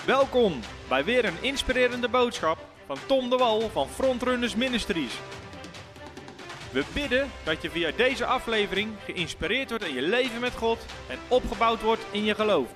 Welkom bij weer een inspirerende boodschap van Tom de Wal van Frontrunners Ministries. We bidden dat je via deze aflevering geïnspireerd wordt in je leven met God en opgebouwd wordt in je geloof.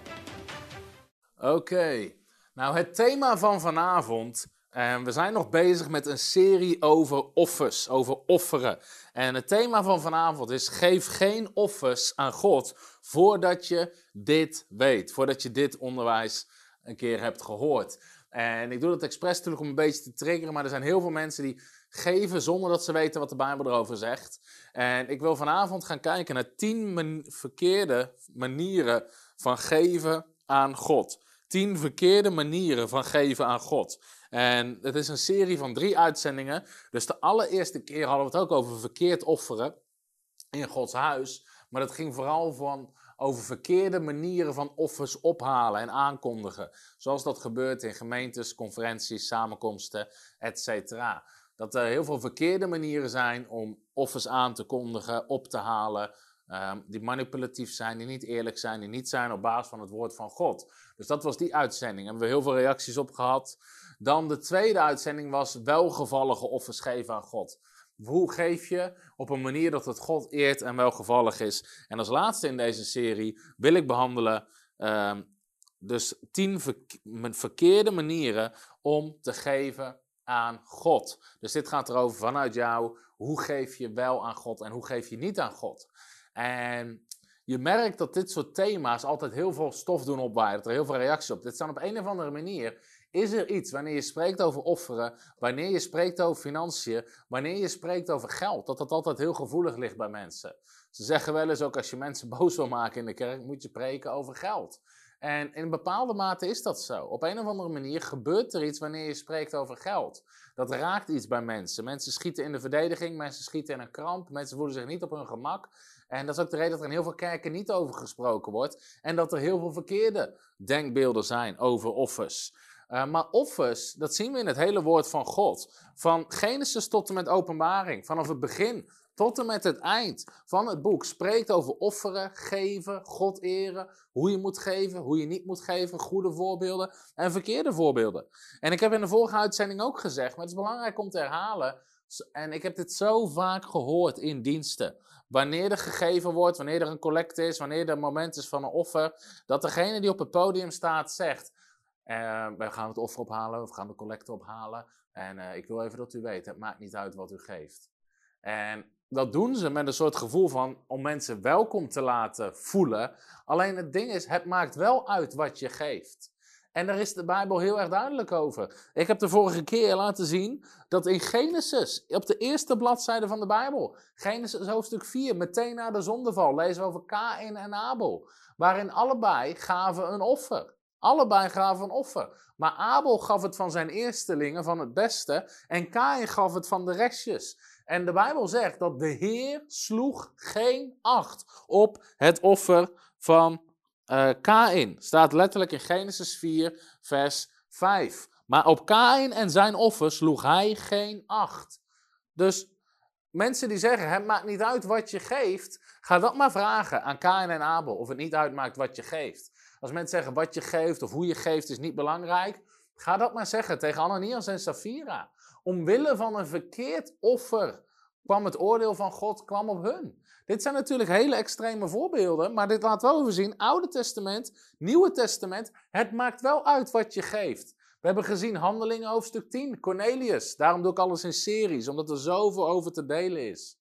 Oké, nou het thema van vanavond, we zijn nog bezig met een serie over offers, over offeren. En het thema van vanavond is: geef geen offers aan God voordat je dit weet, voordat je dit onderwijs een keer hebt gehoord. En ik doe dat expres natuurlijk om een beetje te triggeren, maar er zijn heel veel mensen die geven zonder dat ze weten wat de Bijbel erover zegt. En ik wil vanavond gaan kijken naar 10 verkeerde manieren van geven aan God. 10 verkeerde manieren van geven aan God. En het is een serie van 3 uitzendingen. Dus de allereerste keer hadden we het ook over verkeerd offeren in Gods huis. Maar dat ging vooral over verkeerde manieren van offers ophalen en aankondigen. Zoals dat gebeurt in gemeentes, conferenties, samenkomsten, etc. Dat er heel veel verkeerde manieren zijn om offers aan te kondigen, op te halen. Die manipulatief zijn, die niet eerlijk zijn, die niet zijn op basis van het woord van God. Dus dat was die uitzending. Daar hebben we heel veel reacties op gehad. Dan de tweede uitzending was welgevallige offers geven aan God. Hoe geef je op een manier dat het God eert en welgevallig is? En als laatste in deze serie wil ik behandelen dus 10 verkeerde manieren om te geven aan God. Dus dit gaat erover vanuit jou. Hoe geef je wel aan God en hoe geef je niet aan God? En je merkt dat dit soort thema's altijd heel veel stof doen opwaaien. Dat er heel veel reacties op. Dit staan op een of andere manier. Is er iets, wanneer je spreekt over offeren, wanneer je spreekt over financiën, wanneer je spreekt over geld, dat altijd heel gevoelig ligt bij mensen. Ze zeggen wel eens ook, als je mensen boos wil maken in de kerk, moet je spreken over geld. En in een bepaalde mate is dat zo. Op een of andere manier gebeurt er iets wanneer je spreekt over geld. Dat raakt iets bij mensen. Mensen schieten in de verdediging, mensen schieten in een kramp, mensen voelen zich niet op hun gemak. En dat is ook de reden dat er in heel veel kerken niet over gesproken wordt. En dat er heel veel verkeerde denkbeelden zijn over offers. Maar offers, dat zien we in het hele woord van God. Van Genesis tot en met Openbaring. Vanaf het begin tot en met het eind van het boek spreekt over offeren, geven, God eren. Hoe je moet geven, hoe je niet moet geven. Goede voorbeelden en verkeerde voorbeelden. En ik heb in de vorige uitzending ook gezegd, maar het is belangrijk om te herhalen. En ik heb dit zo vaak gehoord in diensten. Wanneer er gegeven wordt, wanneer er een collecte is, wanneer er een moment is van een offer. Dat degene die op het podium staat zegt: we gaan het offer ophalen, we gaan de collecte ophalen. En ik wil even dat u weet, het maakt niet uit wat u geeft. En dat doen ze met een soort gevoel van om mensen welkom te laten voelen. Alleen het ding is, het maakt wel uit wat je geeft. En daar is de Bijbel heel erg duidelijk over. Ik heb de vorige keer laten zien dat in Genesis, op de eerste bladzijde van de Bijbel, Genesis hoofdstuk 4, meteen na de zondeval, lezen we over Kaïn en Abel. Waarin allebei gaven een offer. Allebei gaven een offer. Maar Abel gaf het van zijn eerstelingen, van het beste. En Kaïn gaf het van de restjes. En de Bijbel zegt dat de Heer sloeg geen acht op het offer van Kaïn. Staat letterlijk in Genesis 4, vers 5. Maar op Kaïn en zijn offer sloeg hij geen acht. Dus mensen die zeggen, het maakt niet uit wat je geeft, ga dat maar vragen aan Kaïn en Abel of het niet uitmaakt wat je geeft. Als mensen zeggen wat je geeft of hoe je geeft is niet belangrijk, ga dat maar zeggen tegen Ananias en Safira. Omwille van een verkeerd offer kwam het oordeel van God kwam op hun. Dit zijn natuurlijk hele extreme voorbeelden, maar dit laat wel even zien, Oude Testament, Nieuwe Testament, het maakt wel uit wat je geeft. We hebben gezien Handelingen hoofdstuk 10, Cornelius. Daarom doe ik alles in series, omdat er zoveel over te delen is.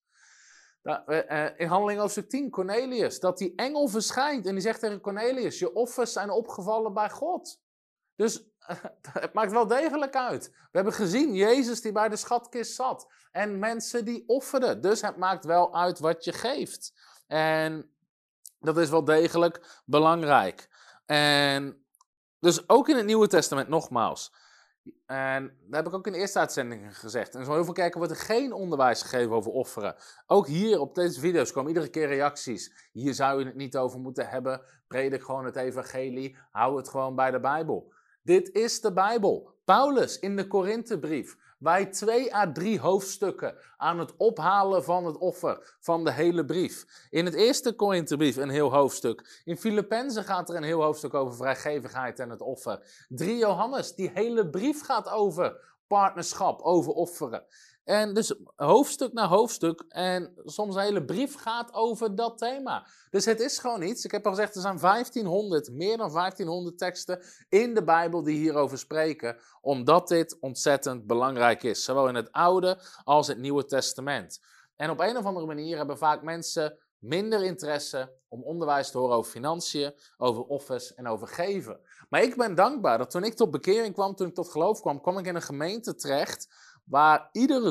In Handelingen hoofdstuk 10, Cornelius, dat die engel verschijnt en die zegt tegen Cornelius, je offers zijn opgevallen bij God. Dus het maakt wel degelijk uit. We hebben gezien Jezus die bij de schatkist zat en mensen die offerden. Dus het maakt wel uit wat je geeft. En dat is wel degelijk belangrijk. En dus ook in het Nieuwe Testament nogmaals. En dat heb ik ook in de eerste uitzending gezegd. En zo heel veel kerken wordt er geen onderwijs gegeven over offeren. Ook hier op deze video's komen iedere keer reacties. Hier zou je het niet over moeten hebben. Predik gewoon het evangelie. Hou het gewoon bij de Bijbel. Dit is de Bijbel. Paulus in de Korinthebrief wij 2 à 3 hoofdstukken aan het ophalen van het offer van de hele brief. In het eerste Korinthebrief een heel hoofdstuk. In Filippenzen gaat er een heel hoofdstuk over vrijgevigheid en het offer. 3 Johannes, die hele brief gaat over partnerschap, over offeren. En dus hoofdstuk na hoofdstuk en soms een hele brief gaat over dat thema. Dus het is gewoon iets. Ik heb al gezegd, er zijn 1500, meer dan 1500 teksten in de Bijbel die hierover spreken. Omdat dit ontzettend belangrijk is. Zowel in het Oude als het Nieuwe Testament. En op een of andere manier hebben vaak mensen minder interesse om onderwijs te horen over financiën, over offers en over geven. Maar ik ben dankbaar dat toen ik tot bekering kwam, toen ik tot geloof kwam, kwam ik in een gemeente terecht waar iedere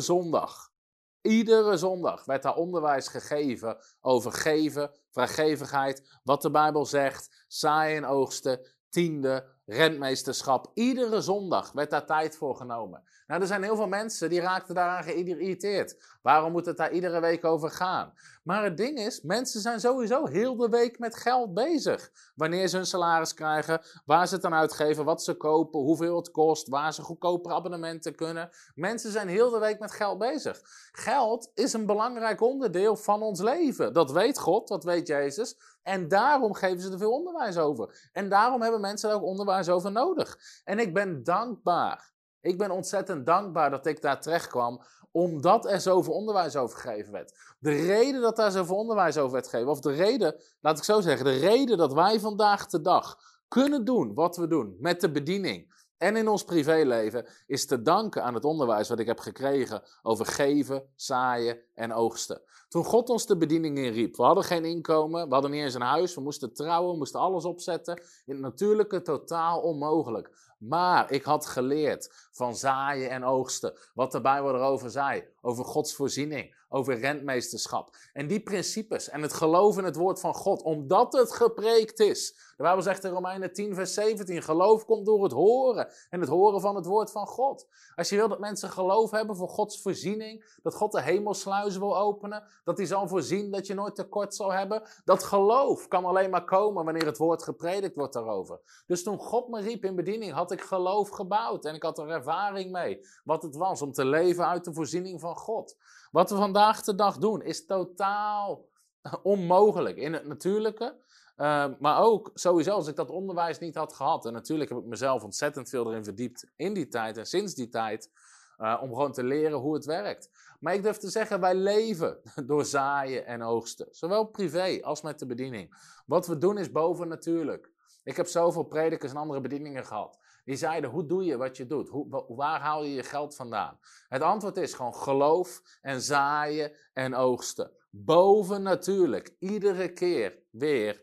zondag werd daar onderwijs gegeven over geven, vrijgevigheid, wat de Bijbel zegt, zaaien en oogsten, tiende, rentmeesterschap. Iedere zondag werd daar tijd voor genomen. Nou, er zijn heel veel mensen die raakten daaraan geïrriteerd. Waarom moet het daar iedere week over gaan? Maar het ding is, mensen zijn sowieso heel de week met geld bezig. Wanneer ze hun salaris krijgen, waar ze het aan uitgeven, wat ze kopen, hoeveel het kost, waar ze goedkopere abonnementen kunnen. Mensen zijn heel de week met geld bezig. Geld is een belangrijk onderdeel van ons leven. Dat weet God, dat weet Jezus. En daarom geven ze er veel onderwijs over. En daarom hebben mensen er ook onderwijs over nodig. En ik ben dankbaar. Ik ben ontzettend dankbaar dat ik daar terecht kwam, omdat er zoveel onderwijs over gegeven werd. De reden dat daar zoveel onderwijs over werd gegeven, of de reden, laat ik zo zeggen, de reden dat wij vandaag de dag kunnen doen wat we doen met de bediening en in ons privéleven, is te danken aan het onderwijs wat ik heb gekregen over geven, zaaien en oogsten. Toen God ons de bediening inriep, we hadden geen inkomen, we hadden niet eens een huis, we moesten trouwen, we moesten alles opzetten. In het natuurlijke totaal onmogelijk. Maar ik had geleerd van zaaien en oogsten, wat de Bijbel erover zei, over Gods voorziening, over rentmeesterschap. En die principes en het geloof in het woord van God, omdat het gepreekt is. De Bijbel zegt in Romeinen 10 vers 17, geloof komt door het horen en het horen van het woord van God. Als je wil dat mensen geloof hebben voor Gods voorziening, dat God de hemelsluizen wil openen, dat hij zal voorzien dat je nooit tekort zal hebben, dat geloof kan alleen maar komen wanneer het woord gepredikt wordt daarover. Dus toen God me riep in bediening, had ik geloof gebouwd en ik had er ervaring mee wat het was om te leven uit de voorziening van God. Wat we vandaag de dag doen is totaal onmogelijk in het natuurlijke. Maar ook sowieso als ik dat onderwijs niet had gehad. En natuurlijk heb ik mezelf ontzettend veel erin verdiept in die tijd en sinds die tijd. Om gewoon te leren hoe het werkt. Maar ik durf te zeggen, wij leven door zaaien en oogsten. Zowel privé als met de bediening. Wat we doen is bovennatuurlijk. Ik heb zoveel predikers en andere bedieningen gehad. Die zeiden, hoe doe je wat je doet? Waar haal je je geld vandaan? Het antwoord is gewoon geloof en zaaien en oogsten. Bovennatuurlijk. Iedere keer weer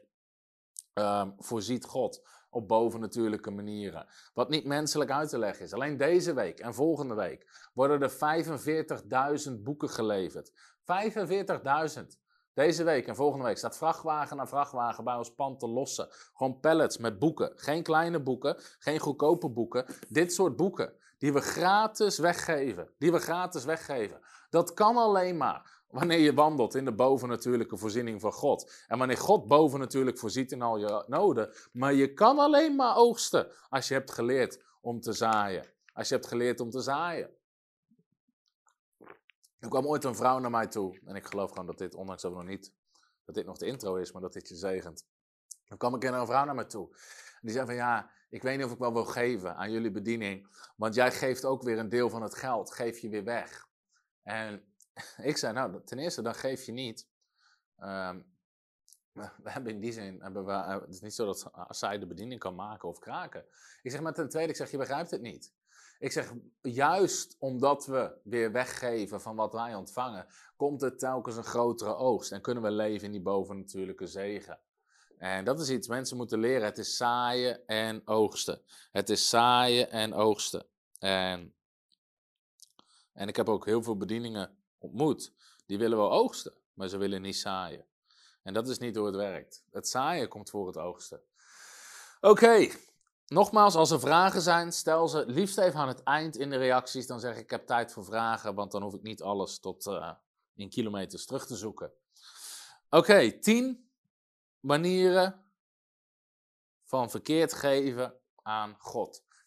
voorziet God op bovennatuurlijke manieren. Wat niet menselijk uit te leggen is. Alleen deze week en volgende week worden er 45.000 boeken geleverd. 45.000. Deze week en volgende week staat vrachtwagen na vrachtwagen bij ons pand te lossen. Gewoon pallets met boeken. Geen kleine boeken, geen goedkope boeken. Dit soort boeken die we gratis weggeven. Dat kan alleen maar wanneer je wandelt in de bovennatuurlijke voorziening van God. En wanneer God bovennatuurlijk voorziet in al je noden. Maar je kan alleen maar oogsten als je hebt geleerd om te zaaien. Er kwam ooit een vrouw naar mij toe. En ik geloof gewoon dat dit, ondanks dat we nog niet, dat dit nog de intro is, maar dat dit je zegent. Dan kwam een keer een vrouw naar mij toe. En die zei van ja, ik weet niet of ik wel wil geven aan jullie bediening. Want jij geeft ook weer een deel van het geld, geef je weer weg. En ik zei, nou, ten eerste, dan geef je niet. We hebben in die zin, het is niet zo dat zij de bediening kan maken of kraken. Ik zeg, maar ten tweede, ik zeg, je begrijpt het niet. Ik zeg, juist omdat we weer weggeven van wat wij ontvangen, komt er telkens een grotere oogst. En kunnen we leven in die bovennatuurlijke zegen. En dat is iets, mensen moeten leren. Het is zaaien en oogsten. Het is zaaien en oogsten. En ik heb ook heel veel bedieningen ontmoet. Die willen wel oogsten, maar ze willen niet zaaien. En dat is niet hoe het werkt. Het zaaien komt voor het oogsten. Oké. Nogmaals, als er vragen zijn, stel ze liefst even aan het eind in de reacties. Dan zeg ik heb tijd voor vragen, want dan hoef ik niet alles tot in kilometers terug te zoeken. Oké, 10 manieren van verkeerd geven aan God.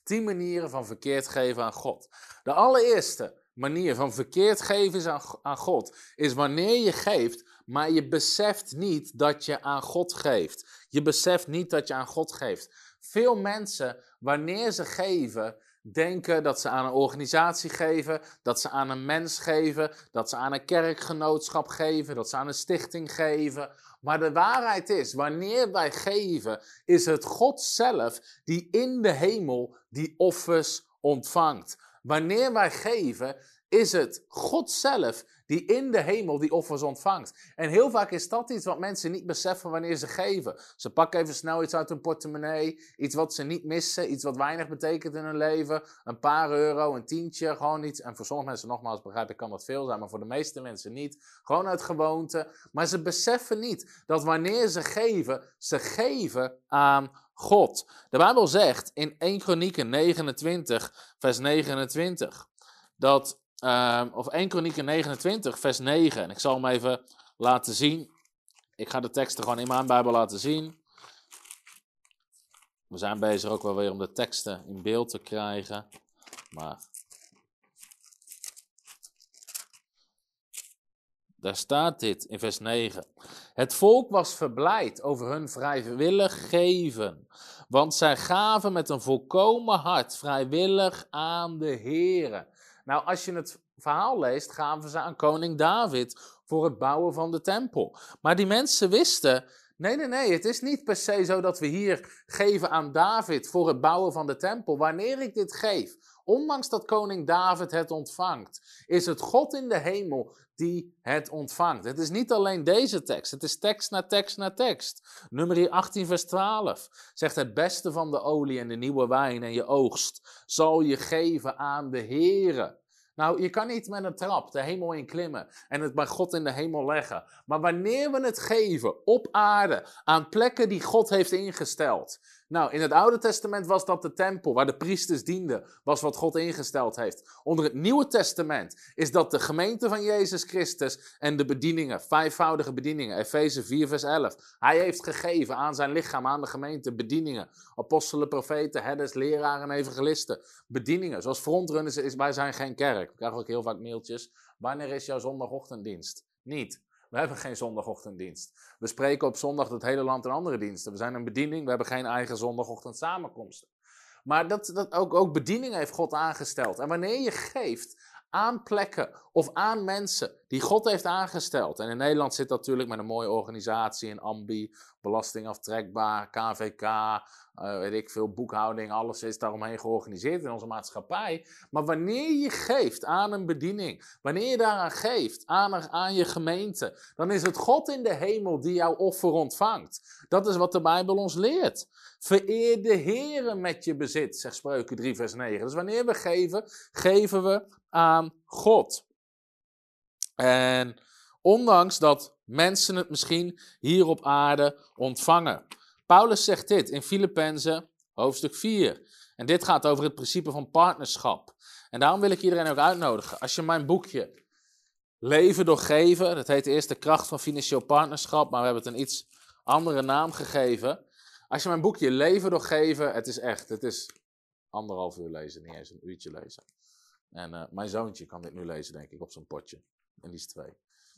10 manieren van verkeerd geven aan God. De allereerste manier van verkeerd geven is aan God is wanneer je geeft, maar je beseft niet dat je aan God geeft. Je beseft niet dat je aan God geeft. Veel mensen, wanneer ze geven, denken dat ze aan een organisatie geven, dat ze aan een mens geven, dat ze aan een kerkgenootschap geven, dat ze aan een stichting geven. Maar de waarheid is, wanneer wij geven, is het God zelf die in de hemel die offers ontvangt. Wanneer wij geven, is het God zelf die in de hemel die offers ontvangt. En heel vaak is dat iets wat mensen niet beseffen wanneer ze geven. Ze pakken even snel iets uit hun portemonnee, iets wat ze niet missen, iets wat weinig betekent in hun leven. Een paar euro, een tientje, gewoon iets. En voor sommige mensen, nogmaals begrijp ik, kan dat veel zijn, maar voor de meeste mensen niet. Gewoon uit gewoonte. Maar ze beseffen niet dat wanneer ze geven aan God. De Bijbel zegt in 1 Kronieken 29, vers 29, of 1 Kronieken 29, vers 9. En ik zal hem even laten zien. Ik ga de teksten gewoon in mijn Bijbel laten zien. We zijn bezig ook wel weer om de teksten in beeld te krijgen. Maar daar staat dit in vers 9. Het volk was verblijd over hun vrijwillig geven. Want zij gaven met een volkomen hart vrijwillig aan de Heere. Nou, als je het verhaal leest, gaven ze aan koning David voor het bouwen van de tempel. Maar die mensen wisten, nee, het is niet per se zo dat we hier geven aan David voor het bouwen van de tempel. Wanneer ik dit geef, ondanks dat koning David het ontvangt, is het God in de hemel die het ontvangt. Het is niet alleen deze tekst, het is tekst na tekst na tekst. Nummer 18 vers 12 zegt: het beste van de olie en de nieuwe wijn en je oogst zal je geven aan de Heere. Nou, je kan niet met een trap de hemel in klimmen en het bij God in de hemel leggen. Maar wanneer we het geven op aarde, aan plekken die God heeft ingesteld. Nou, in het Oude Testament was dat de tempel waar de priesters dienden, was wat God ingesteld heeft. Onder het Nieuwe Testament is dat de gemeente van Jezus Christus en de bedieningen, 5voudige bedieningen, Efeze 4 vers 11. Hij heeft gegeven aan zijn lichaam, aan de gemeente, bedieningen. Apostelen, profeten, herders, leraren en evangelisten. Bedieningen, zoals frontrunners is, wij zijn geen kerk. We krijgen ook heel vaak mailtjes. Wanneer is jouw zondagochtenddienst? Niet. We hebben geen zondagochtenddienst. We spreken op zondag het hele land en andere diensten. We zijn een bediening, we hebben geen eigen zondagochtend samenkomsten. Maar ook bedieningen heeft God aangesteld. En wanneer je geeft aan plekken of aan mensen die God heeft aangesteld. En in Nederland zit dat natuurlijk met een mooie organisatie, een ambi, belastingaftrekbaar, KVK, weet ik veel, boekhouding, alles is daaromheen georganiseerd in onze maatschappij. Maar wanneer je geeft aan een bediening, wanneer je daaraan geeft aan je gemeente, dan is het God in de hemel die jouw offer ontvangt. Dat is wat de Bijbel ons leert. Vereer de Heere met je bezit, zegt Spreuken 3 vers 9. Dus wanneer we geven, geven we aan God. En ondanks dat mensen het misschien hier op aarde ontvangen. Paulus zegt dit in Filippenzen hoofdstuk 4. En dit gaat over het principe van partnerschap. En daarom wil ik iedereen ook uitnodigen. Als je mijn boekje Leven door Geven, dat heet eerst de kracht van financieel partnerschap, maar we hebben het een iets andere naam gegeven. Als je mijn boekje Leven door Geven, het is 1,5 uur lezen, niet eens een uurtje lezen. En mijn zoontje kan dit nu lezen, denk ik, op zijn potje. En die is 2.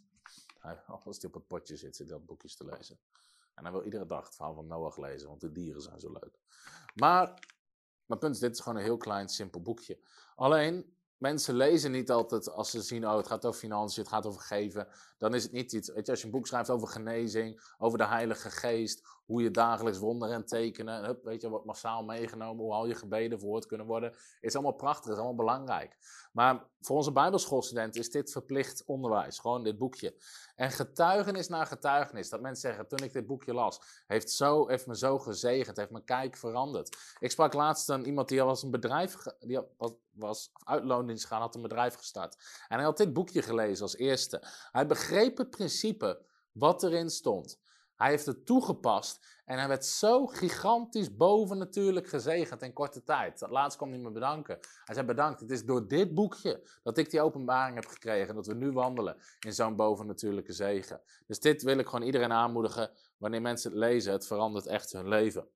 Als hij op het potje zit, zit hij dat boekjes te lezen. En hij wil iedere dag het verhaal van Noach lezen, want de dieren zijn zo leuk. Maar mijn punt is, dit is gewoon een heel klein, simpel boekje. Alleen, mensen lezen niet altijd als ze zien, het gaat over financiën, het gaat over geven. Dan is het niet iets, weet je, als je een boek schrijft over genezing, over de Heilige Geest, hoe je dagelijks wonderen en tekenen, weet je, wordt massaal meegenomen, hoe al je gebeden verhoord kunnen worden, is allemaal prachtig, is allemaal belangrijk. Maar voor onze bijbelschoolstudenten is dit verplicht onderwijs, gewoon dit boekje. En getuigenis na getuigenis, dat mensen zeggen, toen ik dit boekje las, heeft me zo gezegend, heeft mijn kijk veranderd. Ik sprak laatst iemand die was een bedrijf, die was uitloondienst gaan, had een bedrijf gestart. En hij had dit boekje gelezen als eerste. Hij begreep het principe wat erin stond. Hij heeft het toegepast en hij werd zo gigantisch bovennatuurlijk gezegend in korte tijd. Laatst kwam hij me bedanken. Hij zei: bedankt, het is door dit boekje dat ik die openbaring heb gekregen. Dat we nu wandelen in zo'n bovennatuurlijke zegen. Dus dit wil ik gewoon iedereen aanmoedigen. Wanneer mensen het lezen, het verandert echt hun leven.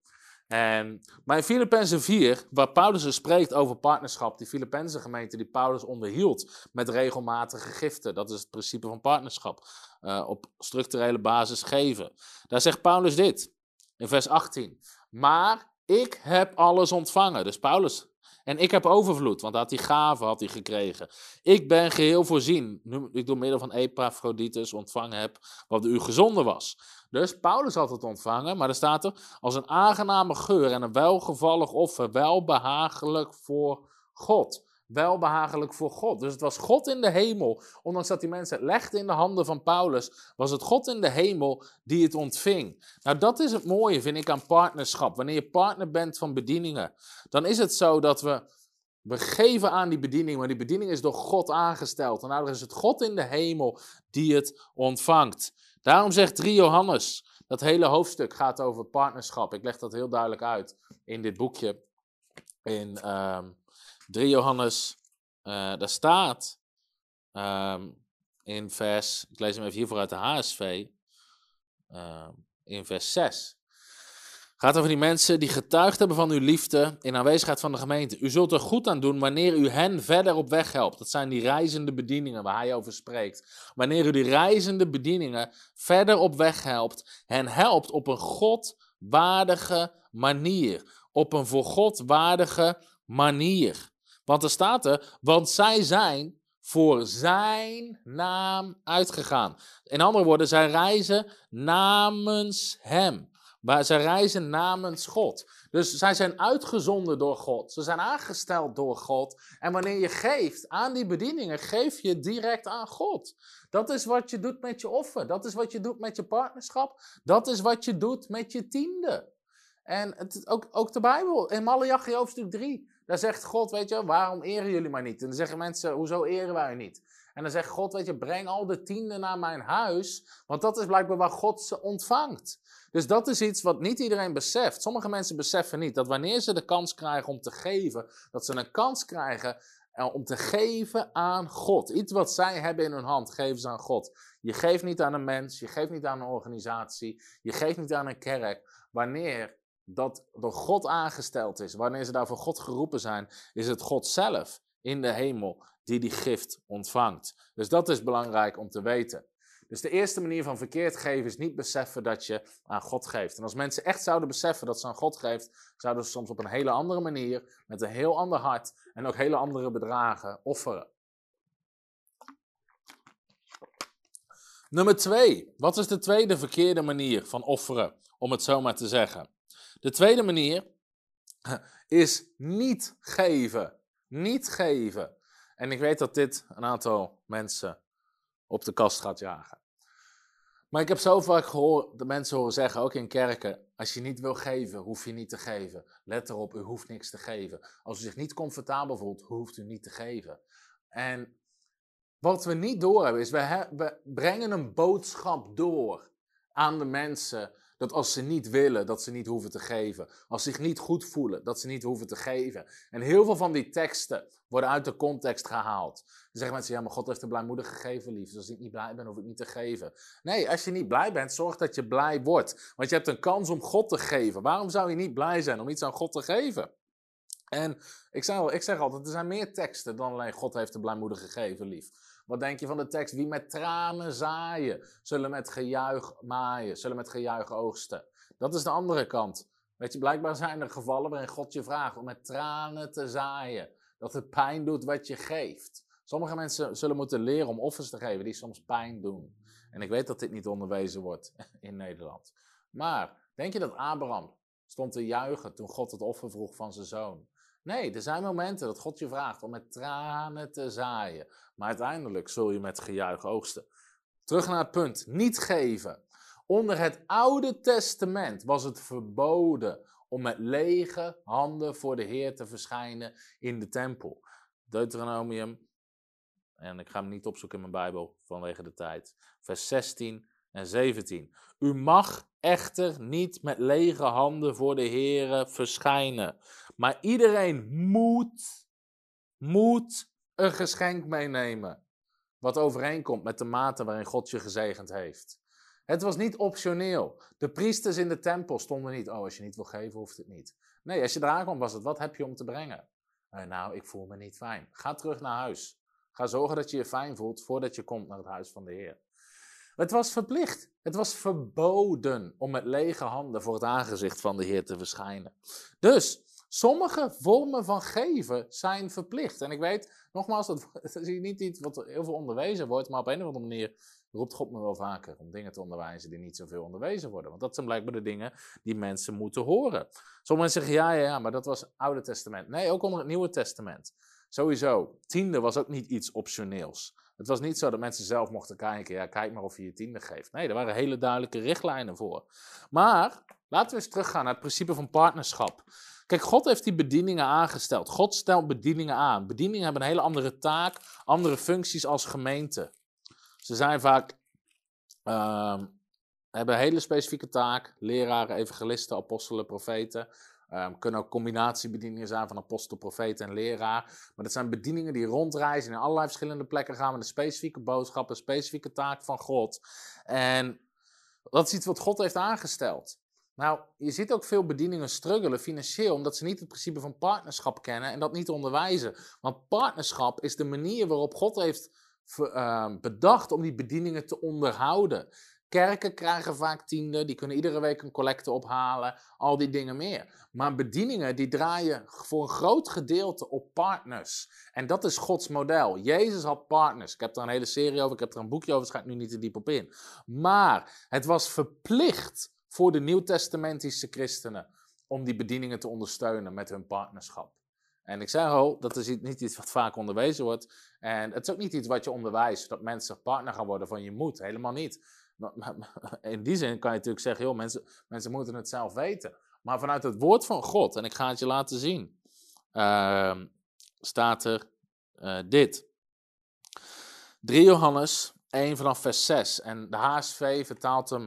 Maar in Filippenzen 4, waar Paulus dus spreekt over partnerschap, die Filippenzen gemeente die Paulus onderhield met regelmatige giften, dat is het principe van partnerschap, op structurele basis geven. Daar zegt Paulus dit, in vers 18. Maar ik heb alles ontvangen, dus Paulus, en ik heb overvloed, want had die gave had hij gekregen. Ik ben geheel voorzien, nu ik door middel van Epaphroditus ontvangen heb wat u gezonden was. Dus Paulus had het ontvangen, maar er staat er als een aangename geur en een welgevallig offer, welbehagelijk voor God. Welbehagelijk voor God. Dus het was God in de hemel, ondanks dat die mensen het legden in de handen van Paulus, was het God in de hemel die het ontving. Nou, dat is het mooie, vind ik, aan partnerschap. Wanneer je partner bent van bedieningen, dan is het zo dat we geven aan die bediening, maar die bediening is door God aangesteld. En nou is het God in de hemel die het ontvangt. Daarom zegt 3 Johannes, dat hele hoofdstuk gaat over partnerschap. Ik leg dat heel duidelijk uit in dit boekje. In 3 Johannes, daar staat in vers, ik lees hem even hiervoor uit de HSV, in vers 6. Gaat over die mensen die getuigd hebben van uw liefde in aanwezigheid van de gemeente. U zult er goed aan doen wanneer u hen verder op weg helpt. Dat zijn die reizende bedieningen waar hij over spreekt. Wanneer u die reizende bedieningen verder op weg helpt. Hen helpt op een God waardige manier. Op een voor God waardige manier. Want er staat er, want zij zijn voor zijn naam uitgegaan. In andere woorden, zij reizen namens hem. Maar zij reizen namens God. Dus zij zijn uitgezonden door God. Ze zijn aangesteld door God. En wanneer je geeft aan die bedieningen, geef je direct aan God. Dat is wat je doet met je offer. Dat is wat je doet met je partnerschap. Dat is wat je doet met je tiende. En ook de Bijbel, in Maleachi hoofdstuk 3. Daar zegt God, weet je, waarom eren jullie mij niet? En dan zeggen mensen, hoezo eren wij niet? En dan zegt God, weet je, breng al de tienden naar mijn huis. Want dat is blijkbaar waar God ze ontvangt. Dus dat is iets wat niet iedereen beseft. Sommige mensen beseffen niet dat wanneer ze de kans krijgen om te geven, dat ze een kans krijgen om te geven aan God. Iets wat zij hebben in hun hand, geven ze aan God. Je geeft niet aan een mens, je geeft niet aan een organisatie, je geeft niet aan een kerk. Wanneer dat door God aangesteld is, wanneer ze daarvoor God geroepen zijn, is het God zelf in de hemel die gift ontvangt. Dus dat is belangrijk om te weten. Dus de eerste manier van verkeerd geven is niet beseffen dat je aan God geeft. En als mensen echt zouden beseffen dat ze aan God geeft, zouden ze soms op een hele andere manier, met een heel ander hart en ook hele andere bedragen offeren. Nummer 2. Wat is de tweede verkeerde manier van offeren, om het zo maar te zeggen? De tweede manier is niet geven. Niet geven. En ik weet dat dit een aantal mensen op de kast gaat jagen. Maar ik heb zo vaak gehoord, de mensen horen zeggen, ook in kerken, als je niet wil geven, hoef je niet te geven. Let erop, u hoeft niks te geven. Als u zich niet comfortabel voelt, hoeft u niet te geven. En wat we niet doorhebben is, we brengen een boodschap door aan de mensen, dat als ze niet willen, dat ze niet hoeven te geven. Als ze zich niet goed voelen, dat ze niet hoeven te geven. En heel veel van die teksten worden uit de context gehaald. Dan zeggen mensen, ja, maar God heeft de blijmoedig gegeven, lief. Dus als ik niet blij ben, hoef ik niet te geven. Nee, als je niet blij bent, zorg dat je blij wordt. Want je hebt een kans om God te geven. Waarom zou je niet blij zijn om iets aan God te geven? En ik zeg altijd, er zijn meer teksten dan alleen God heeft de blijmoedig gegeven, lief. Wat denk je van de tekst? Wie met tranen zaaien, zullen met gejuich maaien, zullen met gejuich oogsten. Dat is de andere kant. Weet je, blijkbaar zijn er gevallen waarin God je vraagt om met tranen te zaaien. Dat het pijn doet wat je geeft. Sommige mensen zullen moeten leren om offers te geven die soms pijn doen. En ik weet dat dit niet onderwezen wordt in Nederland. Maar denk je dat Abraham stond te juichen toen God het offer vroeg van zijn zoon? Nee, er zijn momenten dat God je vraagt om met tranen te zaaien. Maar uiteindelijk zul je met gejuich oogsten. Terug naar het punt, niet geven. Onder het Oude Testament was het verboden om met lege handen voor de Heer te verschijnen in de tempel. Deuteronomium, en ik ga hem niet opzoeken in mijn Bijbel vanwege de tijd, vers 16 en 17. U mag echter niet met lege handen voor de Heer verschijnen. Maar iedereen moet een geschenk meenemen. Wat overeenkomt met de mate waarin God je gezegend heeft. Het was niet optioneel. De priesters in de tempel stonden niet, als je niet wil geven, hoeft het niet. Nee, als je eraan kwam, was het, wat heb je om te brengen? Nou, ik voel me niet fijn. Ga terug naar huis. Ga zorgen dat je je fijn voelt voordat je komt naar het huis van de Heer. Het was verplicht. Het was verboden om met lege handen voor het aangezicht van de Heer te verschijnen. Dus sommige vormen van geven zijn verplicht. En ik weet, nogmaals, dat is niet iets wat heel veel onderwezen wordt, maar op een of andere manier roept God me wel vaker om dingen te onderwijzen die niet zoveel onderwezen worden. Want dat zijn blijkbaar de dingen die mensen moeten horen. Sommige mensen zeggen, ja, maar dat was het Oude Testament. Nee, ook onder het Nieuwe Testament. Sowieso, tiende was ook niet iets optioneels. Het was niet zo dat mensen zelf mochten kijken, ja, kijk maar of je je tiende geeft. Nee, er waren hele duidelijke richtlijnen voor. Maar, laten we eens teruggaan naar het principe van partnerschap. Kijk, God heeft die bedieningen aangesteld. God stelt bedieningen aan. Bedieningen hebben een hele andere taak, andere functies als gemeente. Ze zijn vaak, hebben een hele specifieke taak. Leraren, evangelisten, apostelen, profeten. Kunnen ook combinatiebedieningen zijn van apostel, profeet en leraar. Maar dat zijn bedieningen die rondreizen in allerlei verschillende plekken gaan met een specifieke boodschap, een specifieke taak van God. En dat is iets wat God heeft aangesteld. Nou, je ziet ook veel bedieningen struggelen financieel, omdat ze niet het principe van partnerschap kennen en dat niet onderwijzen. Want partnerschap is de manier waarop God heeft bedacht om die bedieningen te onderhouden. Kerken krijgen vaak tienden, die kunnen iedere week een collecte ophalen, al die dingen meer. Maar bedieningen die draaien voor een groot gedeelte op partners. En dat is Gods model. Jezus had partners. Ik heb er een hele serie over, ik heb er een boekje over, dus ga ik nu niet te diep op in. Maar het was verplicht voor de nieuwtestamentische christenen om die bedieningen te ondersteunen met hun partnerschap. En ik zeg al, dat is niet iets wat vaak onderwezen wordt. En het is ook niet iets wat je onderwijst, dat mensen partner gaan worden van je moet. Helemaal niet. In die zin kan je natuurlijk zeggen, joh, mensen moeten het zelf weten. Maar vanuit het woord van God, en ik ga het je laten zien, staat er dit. 3 Johannes 1 vanaf vers 6. En de HSV vertaalt hem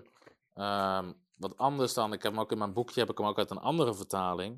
wat anders dan, ik heb hem ook in mijn boekje, heb ik hem ook uit een andere vertaling.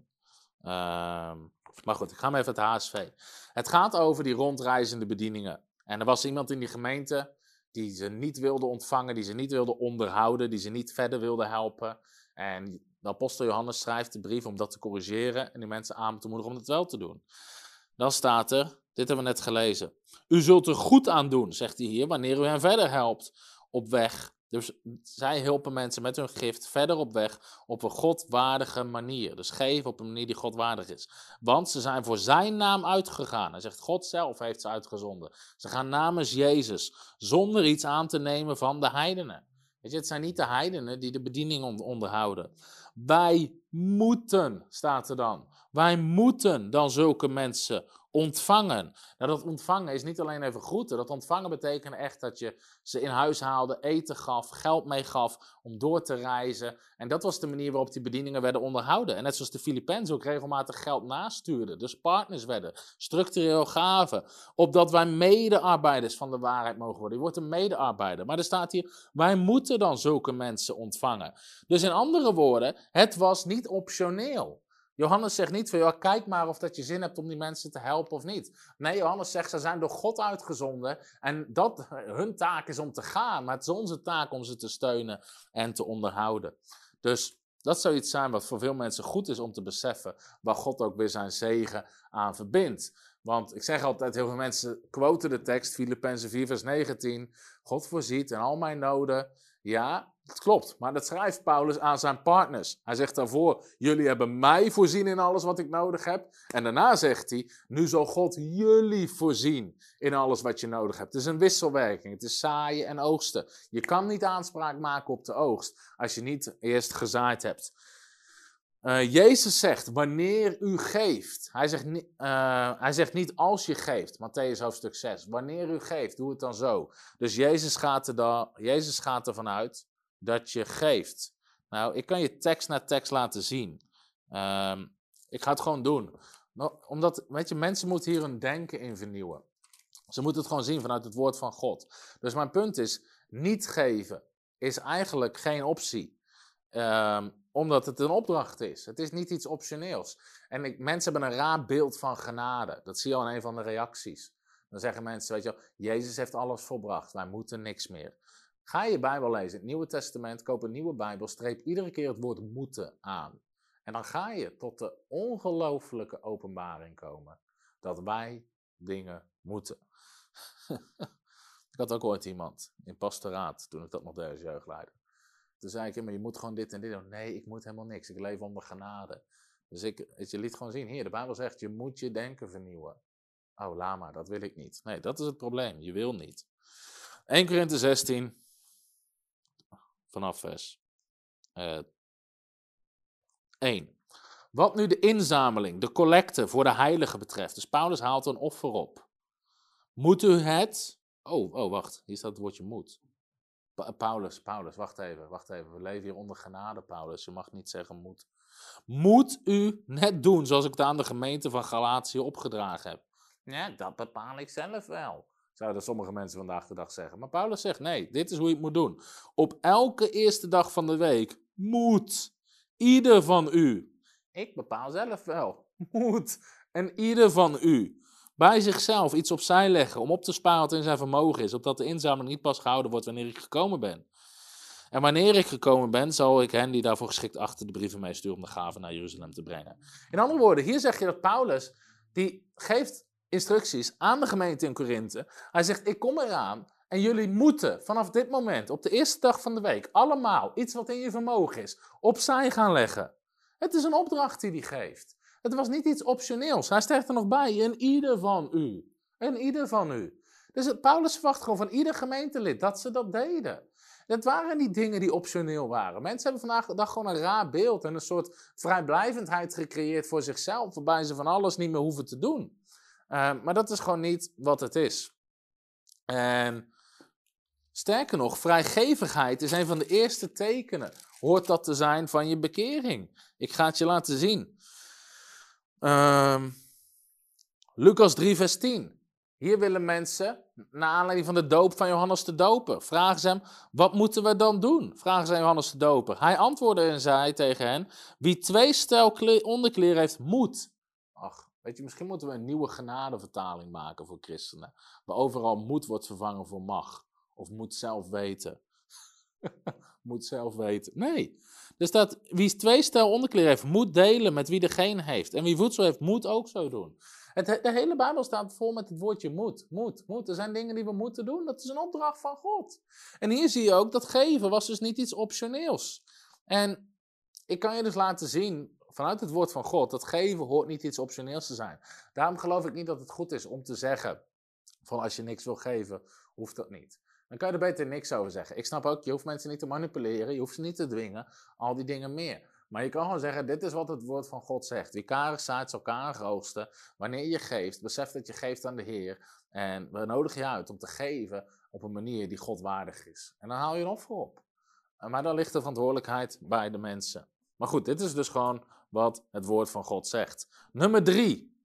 Maar goed, ik ga hem even het HSV. Het gaat over die rondreizende bedieningen. En er was iemand in die gemeente die ze niet wilde ontvangen, die ze niet wilde onderhouden, die ze niet verder wilde helpen. En de apostel Johannes schrijft de brief om dat te corrigeren en die mensen aan te moedigen om het wel te doen. Dan staat er, dit hebben we net gelezen. U zult er goed aan doen, zegt hij hier, wanneer u hen verder helpt op weg. Dus zij helpen mensen met hun gift verder op weg op een godwaardige manier. Dus geven op een manier die godwaardig is. Want ze zijn voor zijn naam uitgegaan. Hij zegt, God zelf heeft ze uitgezonden. Ze gaan namens Jezus, zonder iets aan te nemen van de heidenen. Weet je, het zijn niet de heidenen die de bediening onderhouden. Wij moeten, staat er dan. Wij moeten dan zulke mensen ontvangen. Nou, dat ontvangen is niet alleen even groeten. Dat ontvangen betekent echt dat je ze in huis haalde, eten gaf, geld meegaf om door te reizen. En dat was de manier waarop die bedieningen werden onderhouden. En net zoals de Filippenzen ook regelmatig geld nastuurden. Dus partners werden, structureel gaven. Opdat wij medearbeiders van de waarheid mogen worden. Je wordt een medearbeider. Maar er staat hier, wij moeten dan zulke mensen ontvangen. Dus in andere woorden, het was niet optioneel. Johannes zegt niet van, ja, kijk maar of dat je zin hebt om die mensen te helpen of niet. Nee, Johannes zegt, ze zijn door God uitgezonden en dat hun taak is om te gaan. Maar het is onze taak om ze te steunen en te onderhouden. Dus dat zou iets zijn wat voor veel mensen goed is om te beseffen, waar God ook weer zijn zegen aan verbindt. Want ik zeg altijd, heel veel mensen quoten de tekst, Filippenzen 4 vers 19. God voorziet in al mijn noden. Ja, dat klopt. Maar dat schrijft Paulus aan zijn partners. Hij zegt daarvoor, jullie hebben mij voorzien in alles wat ik nodig heb. En daarna zegt hij, nu zal God jullie voorzien in alles wat je nodig hebt. Het is een wisselwerking. Het is zaaien en oogsten. Je kan niet aanspraak maken op de oogst als je niet eerst gezaaid hebt. Jezus zegt, wanneer u geeft. Hij zegt niet als je geeft, Mattheüs hoofdstuk 6. Wanneer u geeft, doe het dan zo. Dus Jezus gaat ervan uit dat je geeft. Nou, ik kan je tekst na tekst laten zien. Ik ga het gewoon doen. Omdat, weet je, mensen moeten hier hun denken in vernieuwen. Ze moeten het gewoon zien vanuit het woord van God. Dus mijn punt is, niet geven is eigenlijk geen optie. Omdat het een opdracht is. Het is niet iets optioneels. En mensen hebben een raar beeld van genade. Dat zie je al in een van de reacties. Dan zeggen mensen, weet je wel, Jezus heeft alles volbracht. Wij moeten niks meer. Ga je Bijbel lezen, het Nieuwe Testament, koop een nieuwe Bijbel, streep iedere keer het woord moeten aan. En dan ga je tot de ongelooflijke openbaring komen dat wij dingen moeten. Ik had ook ooit iemand in pastoraat, toen ik dat nog deed als jeugdleider. Toen zei ik, maar je moet gewoon dit en dit doen. Nee, ik moet helemaal niks, ik leef onder genade. Dus je liet gewoon zien, hier, de Bijbel zegt, je moet je denken vernieuwen. Oh, lama, dat wil ik niet. Nee, dat is het probleem, je wil niet. 1 Korinthe 16, vanaf vers 1. Wat nu de inzameling, de collecte voor de heiligen betreft. Dus Paulus haalt een offer op. Moet u het... Oh, wacht, hier staat het woordje moet. Paulus, wacht even. We leven hier onder genade, Paulus. Je mag niet zeggen moet. Moet u net doen zoals ik het aan de gemeente van Galatië opgedragen heb? Ja, dat bepaal ik zelf wel. Zouden sommige mensen vandaag de dag zeggen. Maar Paulus zegt, nee, dit is hoe je het moet doen. Op elke eerste dag van de week moet ieder van u... Ik bepaal zelf wel. Moet. En ieder van u bij zichzelf iets opzij leggen om op te sparen wat in zijn vermogen is, opdat de inzameling niet pas gehouden wordt wanneer ik gekomen ben. En wanneer ik gekomen ben, zal ik hen die daarvoor geschikt achter de brieven meesturen om de gaven naar Jeruzalem te brengen. In andere woorden, hier zeg je dat Paulus, die geeft instructies aan de gemeente in Korinthe. Hij zegt, ik kom eraan en jullie moeten vanaf dit moment, op de eerste dag van de week, allemaal iets wat in je vermogen is, opzij gaan leggen. Het is een opdracht die hij geeft. Het was niet iets optioneels. Hij stelt er nog bij, en ieder van u. En ieder van u. Dus Paulus verwacht gewoon van ieder gemeentelid dat ze dat deden. Dat waren niet dingen die optioneel waren. Mensen hebben vandaag de dag gewoon een raar beeld en een soort vrijblijvendheid gecreëerd voor zichzelf, waarbij ze van alles niet meer hoeven te doen. Maar dat is gewoon niet wat het is. En sterker nog, vrijgevigheid is een van de eerste tekenen. Hoort dat te zijn van je bekering. Ik ga het je laten zien. Lucas 3 vers 10. Hier willen mensen, naar aanleiding van de doop van Johannes de Doper, vragen ze hem, wat moeten we dan doen? Vragen ze aan Johannes de Doper. Hij antwoordde en zei tegen hen, wie 2 stel onderkleren heeft, moet. Ach, weet je, misschien moeten we een nieuwe genadevertaling maken voor christenen. Waar overal moet wordt vervangen voor mag. Of moet zelf weten. Moet zelf weten. Nee. Er staat, wie 2 stel onderkleren heeft, moet delen met wie er geen heeft. En wie voedsel heeft, moet ook zo doen. De hele Bijbel staat vol met het woordje moet. Er zijn dingen die we moeten doen. Dat is een opdracht van God. En hier zie je ook dat geven was dus niet iets optioneels. En ik kan je dus laten zien, vanuit het woord van God, dat geven hoort niet iets optioneels te zijn. Daarom geloof ik niet dat het goed is om te zeggen, van als je niks wil geven, hoeft dat niet. Dan kan je er beter niks over zeggen. Ik snap ook, je hoeft mensen niet te manipuleren, je hoeft ze niet te dwingen, al die dingen meer. Maar je kan gewoon zeggen, dit is wat het woord van God zegt. Wie karig zaait, zal karig oogsten. Wanneer je geeft, besef dat je geeft aan de Heer. En we nodigen je uit om te geven op een manier die God waardig is. En dan haal je een offer op. Maar dan ligt de verantwoordelijkheid bij de mensen. Maar goed, dit is dus gewoon wat het woord van God zegt. Nummer 3.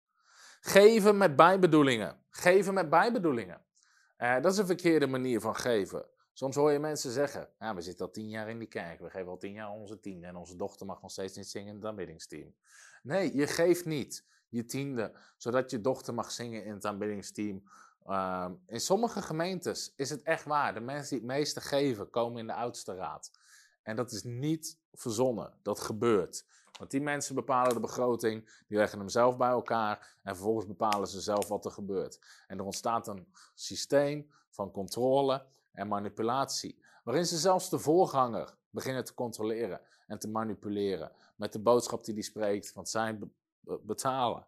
Geven met bijbedoelingen. Geven met bijbedoelingen. Dat is een verkeerde manier van geven. Soms hoor je mensen zeggen, ja, we zitten al 10 jaar in die kerk, we geven al 10 jaar onze tiende en onze dochter mag nog steeds niet zingen in het aanbiddingsteam. Nee, je geeft niet je tiende, zodat je dochter mag zingen in het aanbiddingsteam. In sommige gemeentes is het echt waar, de mensen die het meeste geven komen in de oudste raad. En dat is niet verzonnen, dat gebeurt. Want die mensen bepalen de begroting, die leggen hem zelf bij elkaar en vervolgens bepalen ze zelf wat er gebeurt. En er ontstaat een systeem van controle en manipulatie, waarin ze zelfs de voorganger beginnen te controleren en te manipuleren met de boodschap die spreekt, want zij betalen.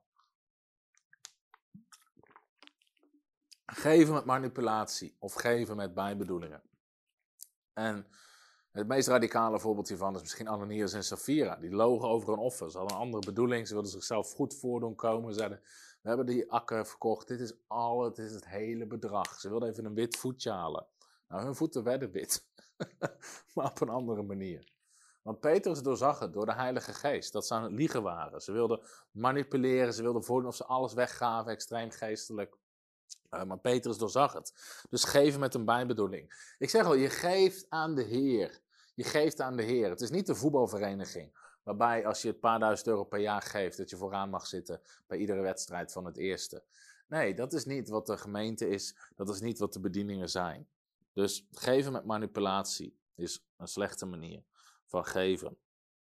Geven met manipulatie of geven met bijbedoelingen. En het meest radicale voorbeeld hiervan is misschien Ananias en Safira. Die logen over een offer. Ze hadden een andere bedoeling. Ze wilden zichzelf goed voordoen komen. Ze zeiden, we hebben die akker verkocht. Dit is het hele bedrag. Ze wilden even een wit voetje halen. Nou, hun voeten werden wit. Maar op een andere manier. Want Petrus doorzag het door de Heilige Geest. Dat ze aan het liegen waren. Ze wilden manipuleren. Ze wilden voordoen of ze alles weggaven. Extreem geestelijk. Maar Petrus doorzag het. Dus geven met een bijbedoeling. Ik zeg al, je geeft aan de Heer. Je geeft aan de Heer. Het is niet de voetbalvereniging. Waarbij als je het paar duizend euro per jaar geeft, dat je vooraan mag zitten bij iedere wedstrijd van het eerste. Nee, dat is niet wat de gemeente is. Dat is niet wat de bedieningen zijn. Dus geven met manipulatie is een slechte manier van geven.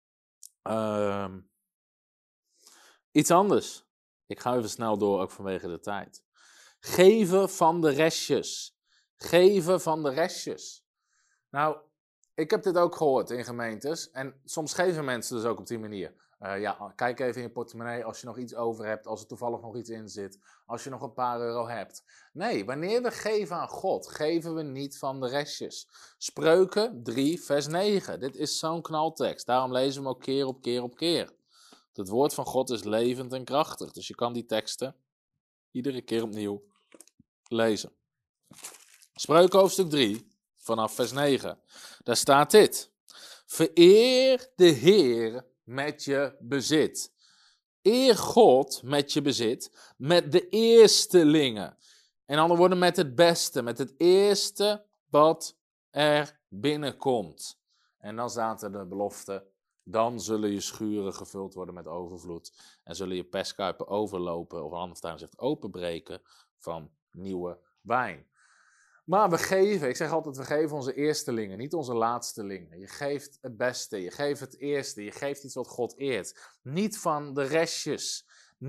Iets anders. Ik ga even snel door, ook vanwege de tijd. Geven van de restjes. Geven van de restjes. Nou, ik heb dit ook gehoord in gemeentes. En soms geven mensen dus ook op die manier. Kijk even in je portemonnee als je nog iets over hebt. Als er toevallig nog iets in zit. Als je nog een paar euro hebt. Nee, wanneer we geven aan God, geven we niet van de restjes. Spreuken 3 vers 9. Dit is zo'n knaltekst. Daarom lezen we hem ook keer op keer op keer. Het woord van God is levend en krachtig. Dus je kan die teksten iedere keer opnieuw lezen. Spreuken hoofdstuk 3, vanaf vers 9. Daar staat dit. Vereer de Heer met je bezit. Eer God met je bezit, met de eerstelingen. In andere woorden, met het beste, met het eerste wat er binnenkomt. En dan staat er de belofte, dan zullen je schuren gevuld worden met overvloed. En zullen je perskuipen overlopen, of anders daar zegt openbreken van nieuwe wijn. Maar we geven, ik zeg altijd, we geven onze eerstelingen, niet onze laatstelingen. Je geeft het beste, je geeft het eerste, je geeft iets wat God eert. Niet van de restjes.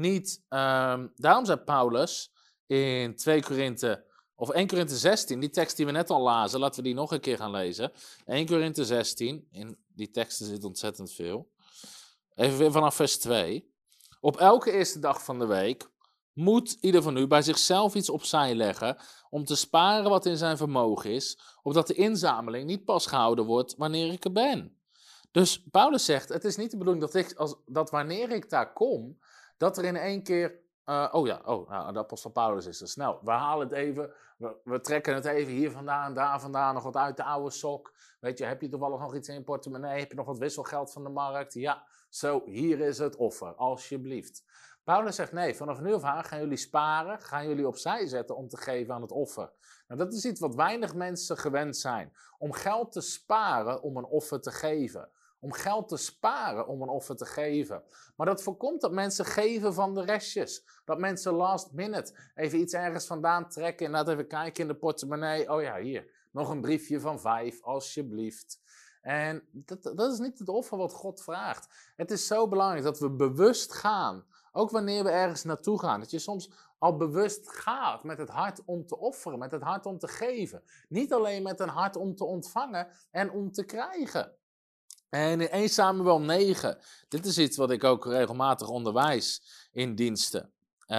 Daarom zei Paulus in 1 Korinthe 16, die tekst die we net al lazen, laten we die nog een keer gaan lezen. 1 Korinthe 16, in die teksten zit ontzettend veel. Even weer vanaf vers 2. Op elke eerste dag van de week moet ieder van u bij zichzelf iets opzij leggen om te sparen wat in zijn vermogen is, opdat de inzameling niet pas gehouden wordt wanneer ik er ben. Dus Paulus zegt, het is niet de bedoeling dat wanneer ik daar kom, dat er in één keer, de apostel Paulus is er snel. We halen het even, we trekken het even hier vandaan, daar vandaan, nog wat uit de oude sok. Weet je, heb je toevallig nog iets in je portemonnee? Heb je nog wat wisselgeld van de markt? Ja, zo, hier is het offer, alsjeblieft. Paulus zegt, nee, vanaf nu af aan gaan jullie sparen, gaan jullie opzij zetten om te geven aan het offer. Nou, dat is iets wat weinig mensen gewend zijn. Om geld te sparen om een offer te geven. Om geld te sparen om een offer te geven. Maar dat voorkomt dat mensen geven van de restjes. Dat mensen last minute even iets ergens vandaan trekken en laten even kijken in de portemonnee. Oh ja, hier, nog een briefje van 5, alsjeblieft. En dat is niet het offer wat God vraagt. Het is zo belangrijk dat we bewust gaan. Ook wanneer we ergens naartoe gaan. Dat je soms al bewust gaat met het hart om te offeren. Met het hart om te geven. Niet alleen met een hart om te ontvangen en om te krijgen. En in 1 Samuel 9. Dit is iets wat ik ook regelmatig onderwijs in diensten.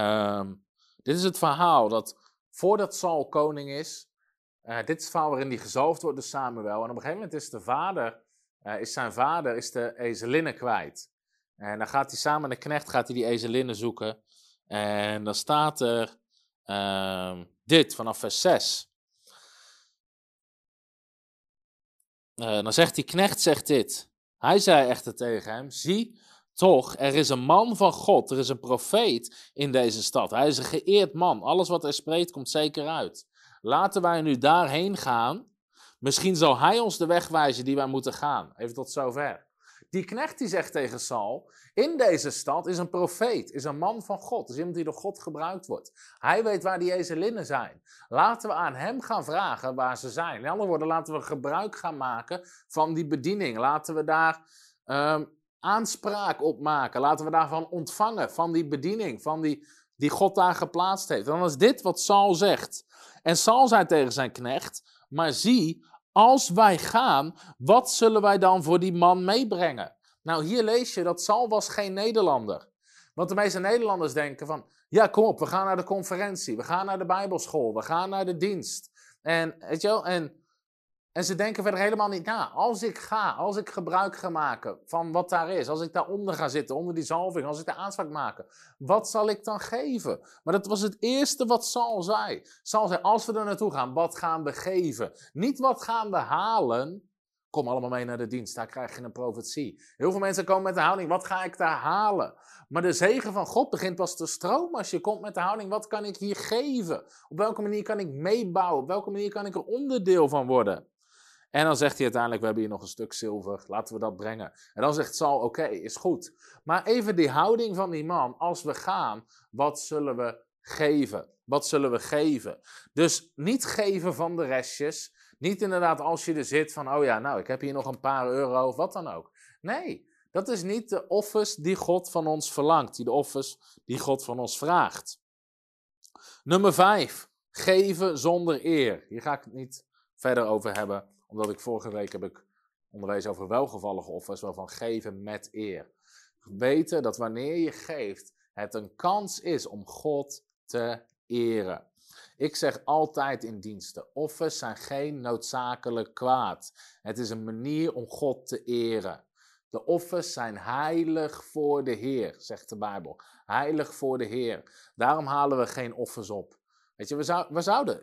Dit is het verhaal dat voordat Saul koning is. Dit is het verhaal waarin hij gezalfd wordt door Samuel. En op een gegeven moment is zijn vader de ezelinnen kwijt. En dan gaat hij samen met de knecht die ezelinnen zoeken. En dan staat er dit vanaf vers 6. Dan zegt die knecht dit. Hij zei echter tegen hem, zie toch, er is een man van God, er is een profeet in deze stad. Hij is een geëerd man, alles wat hij spreekt komt zeker uit. Laten wij nu daarheen gaan. Misschien zal hij ons de weg wijzen die wij moeten gaan. Even tot zover. Die knecht die zegt tegen Saul, in deze stad is een profeet, is een man van God. Is iemand die door God gebruikt wordt. Hij weet waar die ezelinnen zijn. Laten we aan hem gaan vragen waar ze zijn. In andere woorden, laten we gebruik gaan maken van die bediening. Laten we daar aanspraak op maken. Laten we daarvan ontvangen, van die bediening, van die God daar geplaatst heeft. En dan is dit wat Saul zegt. En Saul zei tegen zijn knecht, maar zie, als wij gaan, wat zullen wij dan voor die man meebrengen? Nou, hier lees je dat Saul was geen Nederlander. Want de meeste Nederlanders denken van, ja, kom op, we gaan naar de conferentie, we gaan naar de bijbelschool, we gaan naar de dienst. En, weet je wel, en ze denken verder helemaal niet na. Als ik gebruik ga maken van wat daar is, als ik daaronder ga zitten, onder die zalving, als ik daar aanspraak maken, wat zal ik dan geven? Maar dat was het eerste wat Saul zei. Saul zei, als we er naartoe gaan, wat gaan we geven? Niet wat gaan we halen. Kom allemaal mee naar de dienst, daar krijg je een profetie. Heel veel mensen komen met de houding, wat ga ik daar halen? Maar de zegen van God begint pas te stromen als je komt met de houding, wat kan ik hier geven? Op welke manier kan ik meebouwen? Op welke manier kan ik er onderdeel van worden? En dan zegt hij uiteindelijk, we hebben hier nog een stuk zilver, laten we dat brengen. En dan zegt Saul, oké, is goed. Maar even die houding van die man, als we gaan, wat zullen we geven? Wat zullen we geven? Dus niet geven van de restjes, Niet inderdaad als je er zit van, oh ja, nou, ik heb hier nog een paar euro of wat dan ook. Nee, dat is niet de offers die God van ons verlangt. De offers die God van ons vraagt. Nummer 5. Geven zonder eer. Hier ga ik het niet verder over hebben, omdat ik vorige week heb ik onderwezen over welgevallige offers, waarvan geven met eer. Weten dat wanneer je geeft, het een kans is om God te eren. Ik zeg altijd in diensten, offers zijn geen noodzakelijk kwaad. Het is een manier om God te eren. De offers zijn heilig voor de Heer, zegt de Bijbel. Heilig voor de Heer. Daarom halen we geen offers op. Weet je, we zouden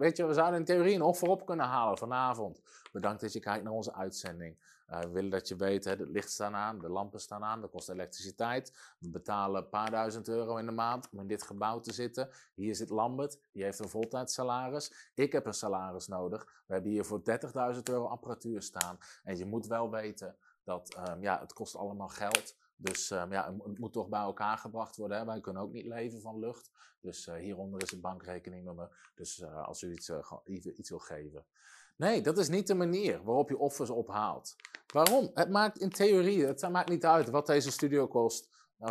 in theorie een offer op kunnen halen vanavond. Bedankt dat je kijkt naar onze uitzending. We willen dat je weet, het licht staat aan, de lampen staan aan, dat kost elektriciteit. We betalen een paar duizend euro in de maand om in dit gebouw te zitten. Hier zit Lambert, die heeft een voltijdsalaris. Ik heb een salaris nodig. We hebben hier voor 30.000 euro apparatuur staan. En je moet wel weten dat het kost allemaal geld. Dus het moet toch bij elkaar gebracht worden. Hè? Wij kunnen ook niet leven van lucht. Dus hieronder is het bankrekeningnummer. Dus als u iets wil geven. Nee, dat is niet de manier waarop je offers ophaalt. Waarom? Het maakt in theorie, het maakt niet uit wat deze studio kost,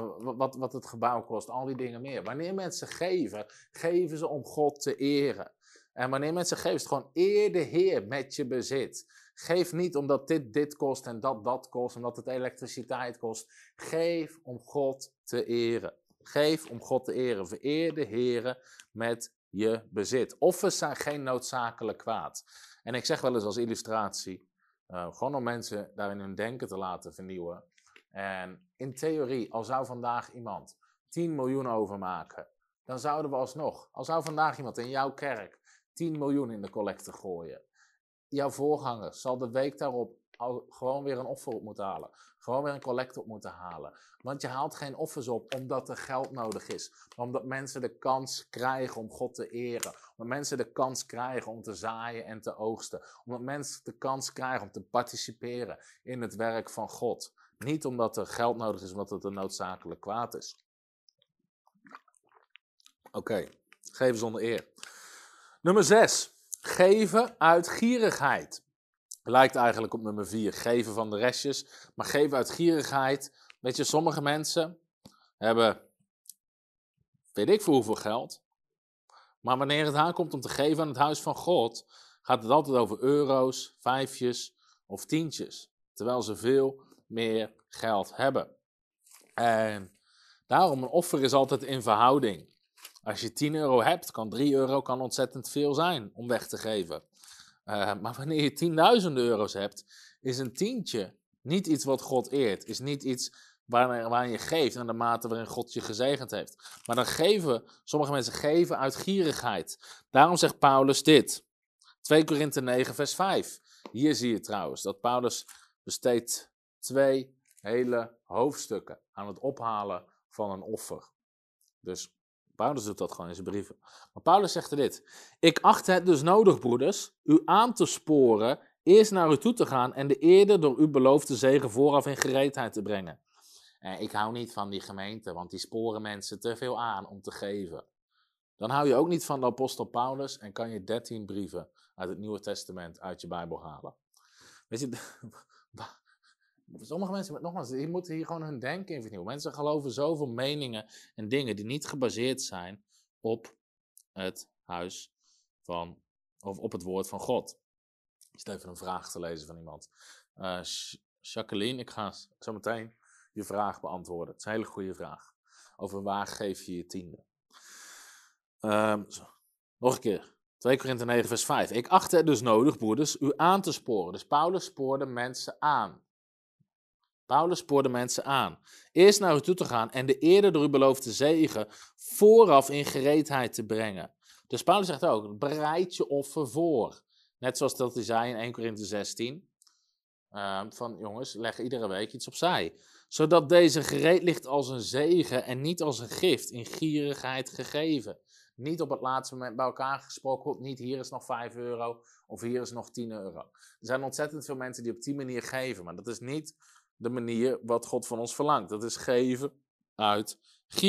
wat het gebouw kost, al die dingen meer. Wanneer mensen geven, geven ze om God te eren. En wanneer mensen geven, is het gewoon eer de Heer met je bezit. Geef niet omdat dit kost en dat kost, omdat het elektriciteit kost. Geef om God te eren. Geef om God te eren. Vereer de Heer met je bezit. Offers zijn geen noodzakelijk kwaad. En ik zeg wel eens als illustratie, gewoon om mensen daarin hun denken te laten vernieuwen. En in theorie, al zou vandaag iemand 10 miljoen overmaken, dan zouden we alsnog, al zou vandaag iemand in jouw kerk 10 miljoen in de collecte gooien. Jouw voorganger zal de week daarop al gewoon weer een offer op moeten halen. Gewoon weer een collecte op moeten halen. Want je haalt geen offers op omdat er geld nodig is. Maar omdat mensen de kans krijgen om God te eren. Omdat mensen de kans krijgen om te zaaien en te oogsten. Omdat mensen de kans krijgen om te participeren in het werk van God. Niet omdat er geld nodig is, omdat het een noodzakelijk kwaad is. Oké, geven zonder eer. Nummer 6. Geven uit gierigheid. Lijkt eigenlijk op nummer 4, geven van de restjes. Maar geven uit gierigheid. Weet je, sommige mensen hebben, weet ik voor hoeveel geld. Maar wanneer het aankomt om te geven aan het huis van God, gaat het altijd over euro's, vijfjes of tientjes. Terwijl ze veel meer geld hebben. En daarom, een offer is altijd in verhouding. Als je 10 euro hebt, kan 3 euro ontzettend veel zijn om weg te geven. Maar wanneer je 10.000 euro's hebt, is een tientje niet iets wat God eert. Is niet iets waarin je geeft naar de mate waarin God je gezegend heeft. Maar dan sommige mensen geven uit gierigheid. Daarom zegt Paulus dit. 2 Korinthe 9 vers 5. Hier zie je trouwens dat Paulus besteedt 2 hele hoofdstukken aan het ophalen van een offer. Dus Paulus doet dat gewoon in zijn brieven. Maar Paulus zegt er dit. Ik acht het dus nodig, broeders, u aan te sporen, eerst naar u toe te gaan en de eerder door u beloofde zegen vooraf in gereedheid te brengen. Ik hou niet van die gemeente, want die sporen mensen te veel aan om te geven. Dan hou je ook niet van de apostel Paulus en kan je 13 brieven uit het Nieuwe Testament uit je Bijbel halen. Weet je, sommige mensen, nogmaals, die moeten hier gewoon hun denken in vernieuwen. Mensen geloven zoveel meningen en dingen die niet gebaseerd zijn op het huis van, of op het woord van God. Ik zit even een vraag te lezen van iemand. Jacqueline, ik ga zo meteen je vraag beantwoorden. Het is een hele goede vraag. Over waar geef je je tiende? Nog een keer. 2 Korinthe 9 vers 5. Ik acht het dus nodig, broeders, u aan te sporen. Dus Paulus spoorde mensen aan. Eerst naar u toe te gaan en de eerder door u beloofde zegen vooraf in gereedheid te brengen. Dus Paulus zegt ook, bereid je offer voor. Net zoals dat hij zei in 1 Korinthe 16. Van jongens, leg iedere week iets opzij. Zodat deze gereed ligt als een zegen en niet als een gift in gierigheid gegeven. Niet op het laatste moment bij elkaar gesprokkeld. Niet hier is nog 5 euro of hier is nog 10 euro. Er zijn ontzettend veel mensen die op die manier geven. Maar dat is niet de manier wat God van ons verlangt. Dat is geven uit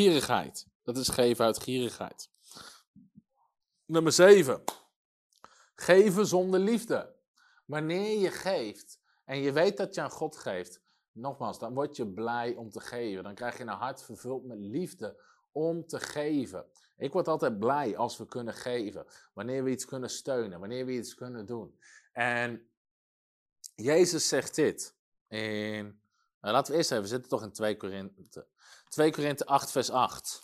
gierigheid. Nummer 7. Geven zonder liefde. Wanneer je geeft en je weet dat je aan God geeft, nogmaals, dan word je blij om te geven. Dan krijg je een hart vervuld met liefde om te geven. Ik word altijd blij als we kunnen geven. Wanneer we iets kunnen steunen, wanneer we iets kunnen doen. En Jezus zegt dit laten we eerst even, we zitten toch in 2 Korinthe. 2 Korinthe 8 vers 8.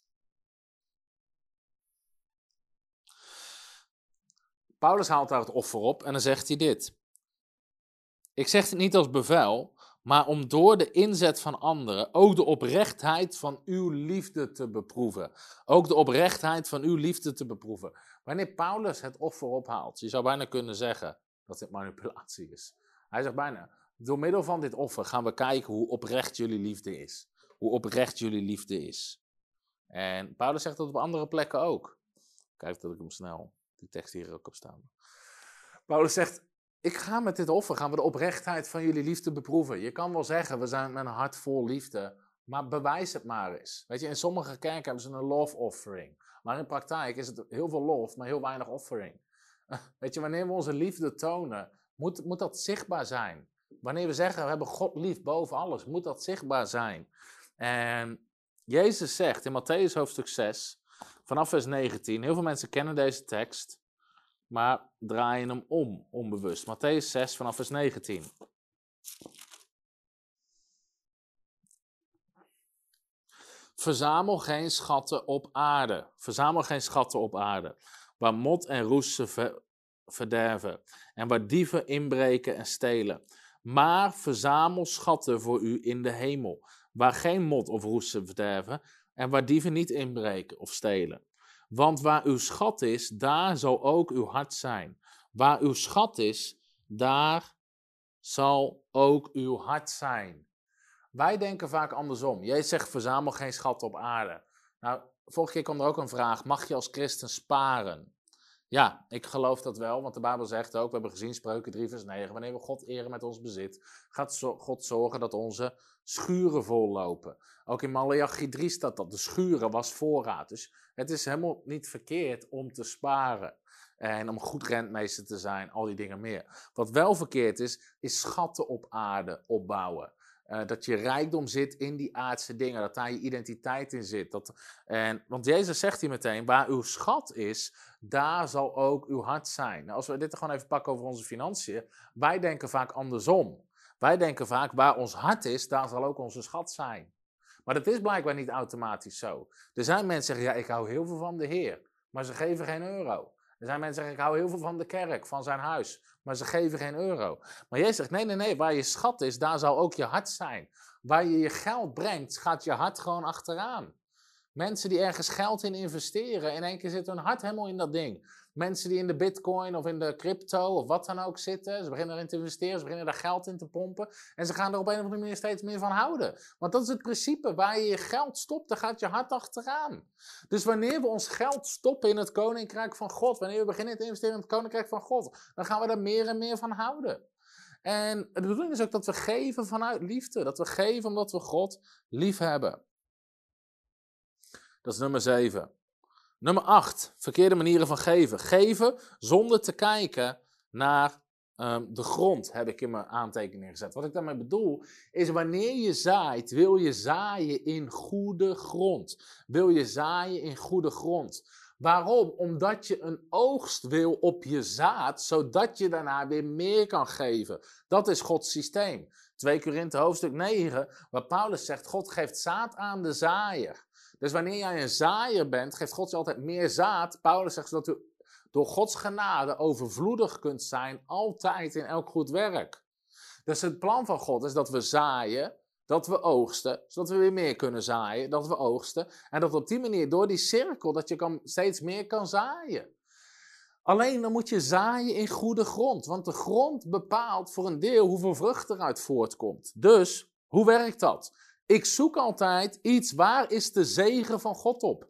Paulus haalt daar het offer op en dan zegt hij dit. Ik zeg het niet als bevel, maar om door de inzet van anderen ook de oprechtheid van uw liefde te beproeven. Ook de oprechtheid van uw liefde te beproeven. Wanneer Paulus het offer ophaalt, je zou bijna kunnen zeggen dat dit manipulatie is. Hij zegt bijna, door middel van dit offer gaan we kijken hoe oprecht jullie liefde is. Hoe oprecht jullie liefde is. En Paulus zegt dat op andere plekken ook. Kijk dat ik hem snel, die tekst hier ook op staan. Paulus zegt, ik ga met dit offer, gaan we de oprechtheid van jullie liefde beproeven. Je kan wel zeggen, we zijn met een hart vol liefde, maar bewijs het maar eens. Weet je, in sommige kerken hebben ze een love offering. Maar in praktijk is het heel veel love, maar heel weinig offering. Weet je, wanneer we onze liefde tonen, moet dat zichtbaar zijn. Wanneer we zeggen, we hebben God lief boven alles, moet dat zichtbaar zijn. En Jezus zegt in Mattheüs hoofdstuk 6, vanaf vers 19, heel veel mensen kennen deze tekst, maar draaien hem om, onbewust. Mattheüs 6 vanaf vers 19. Verzamel geen schatten op aarde. Verzamel geen schatten op aarde. Waar mot en roest ze verderven. En waar dieven inbreken en stelen. Maar verzamel schatten voor u in de hemel. Waar geen mot of roest ze verderven. En waar dieven niet inbreken of stelen. Want waar uw schat is, daar zal ook uw hart zijn. Waar uw schat is, daar zal ook uw hart zijn. Wij denken vaak andersom. Jezus zegt, verzamel geen schat op aarde. Nou, vorige keer kwam er ook een vraag, mag je als christen sparen? Ja, ik geloof dat wel, want de Bijbel zegt ook, we hebben gezien Spreuken 3 vers 9, wanneer we God eren met ons bezit, gaat God zorgen dat onze schuren vollopen. Ook in Maleachi 3 staat dat, de schuren was voorraad. Dus het is helemaal niet verkeerd om te sparen. En om goed rentmeester te zijn, al die dingen meer. Wat wel verkeerd is schatten op aarde opbouwen. Dat je rijkdom zit in die aardse dingen, dat daar je identiteit in zit. Want Jezus zegt hier meteen, waar uw schat is, daar zal ook uw hart zijn. Nou, als we dit gewoon even pakken over onze financiën, wij denken vaak andersom. Wij denken vaak, waar ons hart is, daar zal ook onze schat zijn. Maar dat is blijkbaar niet automatisch zo. Er zijn mensen die zeggen, ja, ik hou heel veel van de Heer, maar ze geven geen euro. Er zijn mensen die zeggen, ik hou heel veel van de kerk, van zijn huis, maar ze geven geen euro. Maar Jezus zegt, nee, waar je schat is, daar zal ook je hart zijn. Waar je je geld brengt, gaat je hart gewoon achteraan. Mensen die ergens geld in investeren, in één keer zit hun hart helemaal in dat ding. Mensen die in de bitcoin of in de crypto of wat dan ook zitten, ze beginnen erin te investeren, ze beginnen daar geld in te pompen. En ze gaan er op een of andere manier steeds meer van houden. Want dat is het principe, waar je je geld stopt, dan gaat je hart achteraan. Dus wanneer we ons geld stoppen in het koninkrijk van God, wanneer we beginnen te investeren in het koninkrijk van God, dan gaan we er meer en meer van houden. En de bedoeling is ook dat we geven vanuit liefde. Dat we geven omdat we God lief hebben. Dat is nummer 7. Nummer 8. Verkeerde manieren van geven. Geven zonder te kijken naar de grond, heb ik in mijn aantekeningen gezet. Wat ik daarmee bedoel, is wanneer je zaait, wil je zaaien in goede grond. Wil je zaaien in goede grond. Waarom? Omdat je een oogst wil op je zaad, zodat je daarna weer meer kan geven. Dat is Gods systeem. 2 Korinthe hoofdstuk 9, waar Paulus zegt, God geeft zaad aan de zaaier. Dus wanneer jij een zaaier bent, geeft God je altijd meer zaad. Paulus zegt dat u door Gods genade overvloedig kunt zijn, altijd in elk goed werk. Dus het plan van God is dat we zaaien, dat we oogsten, zodat we weer meer kunnen zaaien, dat we oogsten. En dat op die manier, door die cirkel, dat je steeds meer kan zaaien. Alleen dan moet je zaaien in goede grond, want de grond bepaalt voor een deel hoeveel vrucht eruit voortkomt. Dus, hoe werkt dat? Ik zoek altijd iets, waar is de zegen van God op?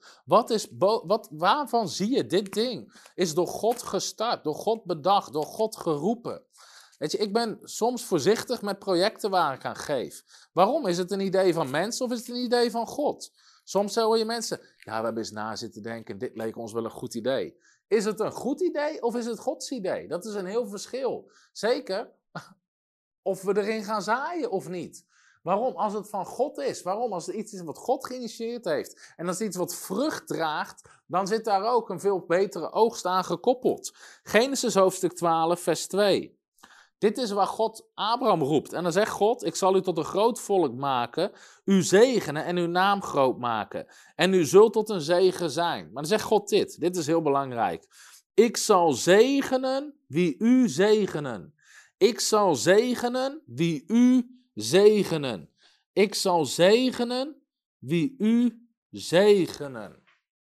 Waarvan zie je dit ding? Is door God gestart, door God bedacht, door God geroepen. Weet je, ik ben soms voorzichtig met projecten waar ik aan geef. Waarom? Is het een idee van mensen of is het een idee van God? Soms hoor je mensen, ja, we hebben eens na zitten denken, dit leek ons wel een goed idee. Is het een goed idee of is het Gods idee? Dat is een heel verschil. Zeker of we erin gaan zaaien of niet. Waarom? Als het van God is. Waarom? Als het iets is wat God geïnitieerd heeft. En als het iets wat vrucht draagt, dan zit daar ook een veel betere oogst aan gekoppeld. Genesis hoofdstuk 12, vers 2. Dit is waar God Abraham roept. En dan zegt God, ik zal u tot een groot volk maken, u zegenen en uw naam groot maken. En u zult tot een zegen zijn. Maar dan zegt God dit is heel belangrijk. Ik zal zegenen wie u zegenen. Ik zal zegenen wie u zegenen. Ik zal zegenen wie u zegenen.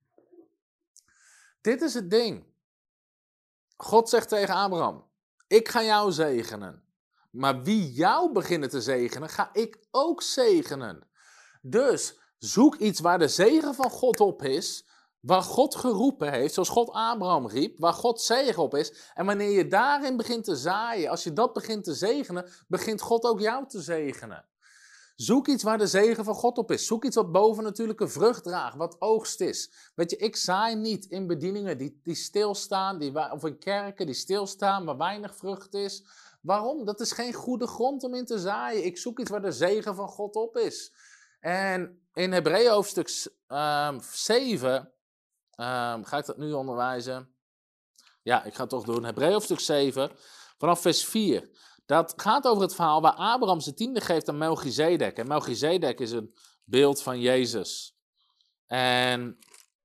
Dit is het ding. God zegt tegen Abraham, ik ga jou zegenen. Maar wie jou beginnen te zegenen, ga ik ook zegenen. Dus zoek iets waar de zegen van God op is, waar God geroepen heeft, zoals God Abraham riep, waar God zegen op is. En wanneer je daarin begint te zaaien, als je dat begint te zegenen, begint God ook jou te zegenen. Zoek iets waar de zegen van God op is. Zoek iets wat bovennatuurlijke vrucht draagt, wat oogst is. Weet je, ik zaai niet in bedieningen die stilstaan, of in kerken die stilstaan, waar weinig vrucht is. Waarom? Dat is geen goede grond om in te zaaien. Ik zoek iets waar de zegen van God op is. En in Hebreeën hoofdstuk 7, ga ik dat nu onderwijzen? Ja, ik ga het toch doen. Hebreeën hoofdstuk 7, vanaf vers 4. Dat gaat over het verhaal waar Abraham zijn tiende geeft aan Melchizedek. En Melchizedek is een beeld van Jezus. En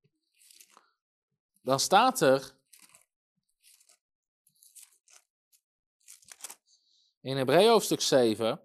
dan staat er in Hebreeën hoofdstuk 7...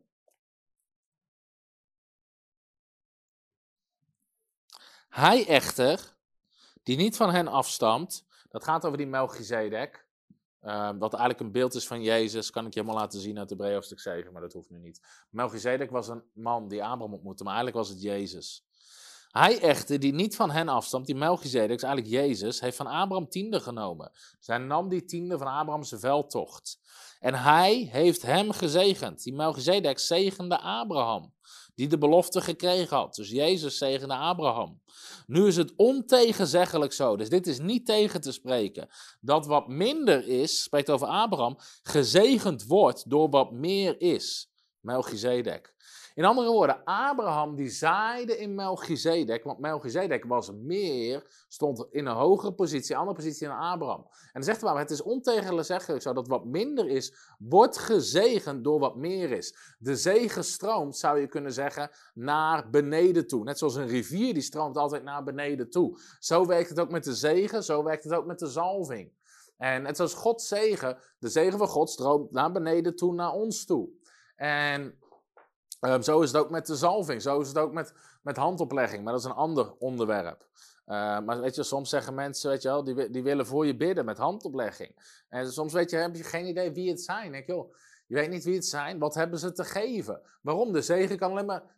Hij echter, die niet van hen afstamt, dat gaat over die Melchizedek, wat eigenlijk een beeld is van Jezus, kan ik je helemaal laten zien uit Hebreeën hoofdstuk 7, maar dat hoeft nu niet. Melchizedek was een man die Abraham ontmoette, maar eigenlijk was het Jezus. Hij echter, die niet van hen afstamt, die Melchizedek, is eigenlijk Jezus, heeft van Abraham tiende genomen. Dus hij nam die tiende van Abraham's veldtocht. En hij heeft hem gezegend. Die Melchizedek zegende Abraham, die de belofte gekregen had. Dus Jezus zegende Abraham. Nu is het ontegenzeggelijk zo, dus dit is niet tegen te spreken, dat wat minder is, spreekt over Abraham, gezegend wordt door wat meer is. Melchizedek. In andere woorden, Abraham die zaaide in Melchizedek, want Melchizedek was meer, stond in een hogere positie, een andere positie dan Abraham. En dan zegt hij, het is ontegenzeggelijk zo dat wat minder is, wordt gezegend door wat meer is. De zegen stroomt, zou je kunnen zeggen, naar beneden toe. Net zoals een rivier, die stroomt altijd naar beneden toe. Zo werkt het ook met de zegen, zo werkt het ook met de zalving. En net zoals Gods zegen, de zegen van God stroomt naar beneden toe, naar ons toe. En zo is het ook met de zalving, zo is het ook met handoplegging, maar dat is een ander onderwerp. Maar weet je, soms zeggen mensen, weet je wel, die willen voor je bidden met handoplegging. En soms heb je geen idee wie het zijn. Denk, joh, je weet niet wie het zijn, wat hebben ze te geven? Waarom? De zegen kan alleen maar,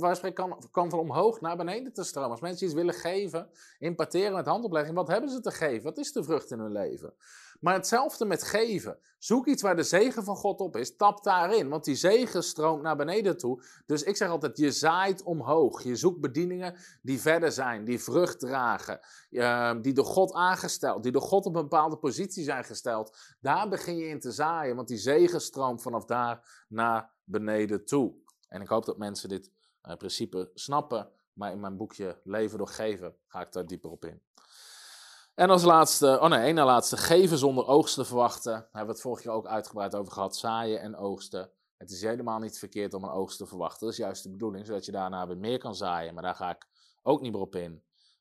kan van omhoog naar beneden te stromen. Als mensen iets willen geven, imparteren met handoplegging, wat hebben ze te geven? Wat is de vrucht in hun leven? Maar hetzelfde met geven. Zoek iets waar de zegen van God op is, tap daarin, want die zegen stroomt naar beneden toe. Dus ik zeg altijd, je zaait omhoog. Je zoekt bedieningen die verder zijn, die vrucht dragen, die door God aangesteld, die door God op een bepaalde positie zijn gesteld. Daar begin je in te zaaien, want die zegen stroomt vanaf daar naar beneden toe. En ik hoop dat mensen dit principe snappen, maar in mijn boekje Leven door Geven ga ik daar dieper op in. En als laatste, geven zonder oogst te verwachten. Daar hebben we het vorig jaar ook uitgebreid over gehad. Zaaien en oogsten. Het is helemaal niet verkeerd om een oogst te verwachten. Dat is juist de bedoeling, zodat je daarna weer meer kan zaaien. Maar daar ga ik ook niet meer op in.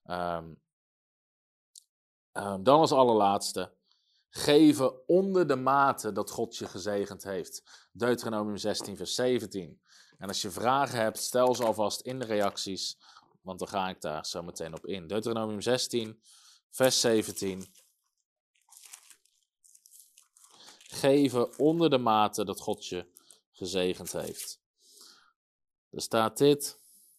Dan als allerlaatste. Geven onder de mate dat God je gezegend heeft. Deuteronomium 16 vers 17. En als je vragen hebt, stel ze alvast in de reacties. Want dan ga ik daar zo meteen op in. Deuteronomium 16 vers 17. Geven onder de mate dat God je gezegend heeft. Er staat dit.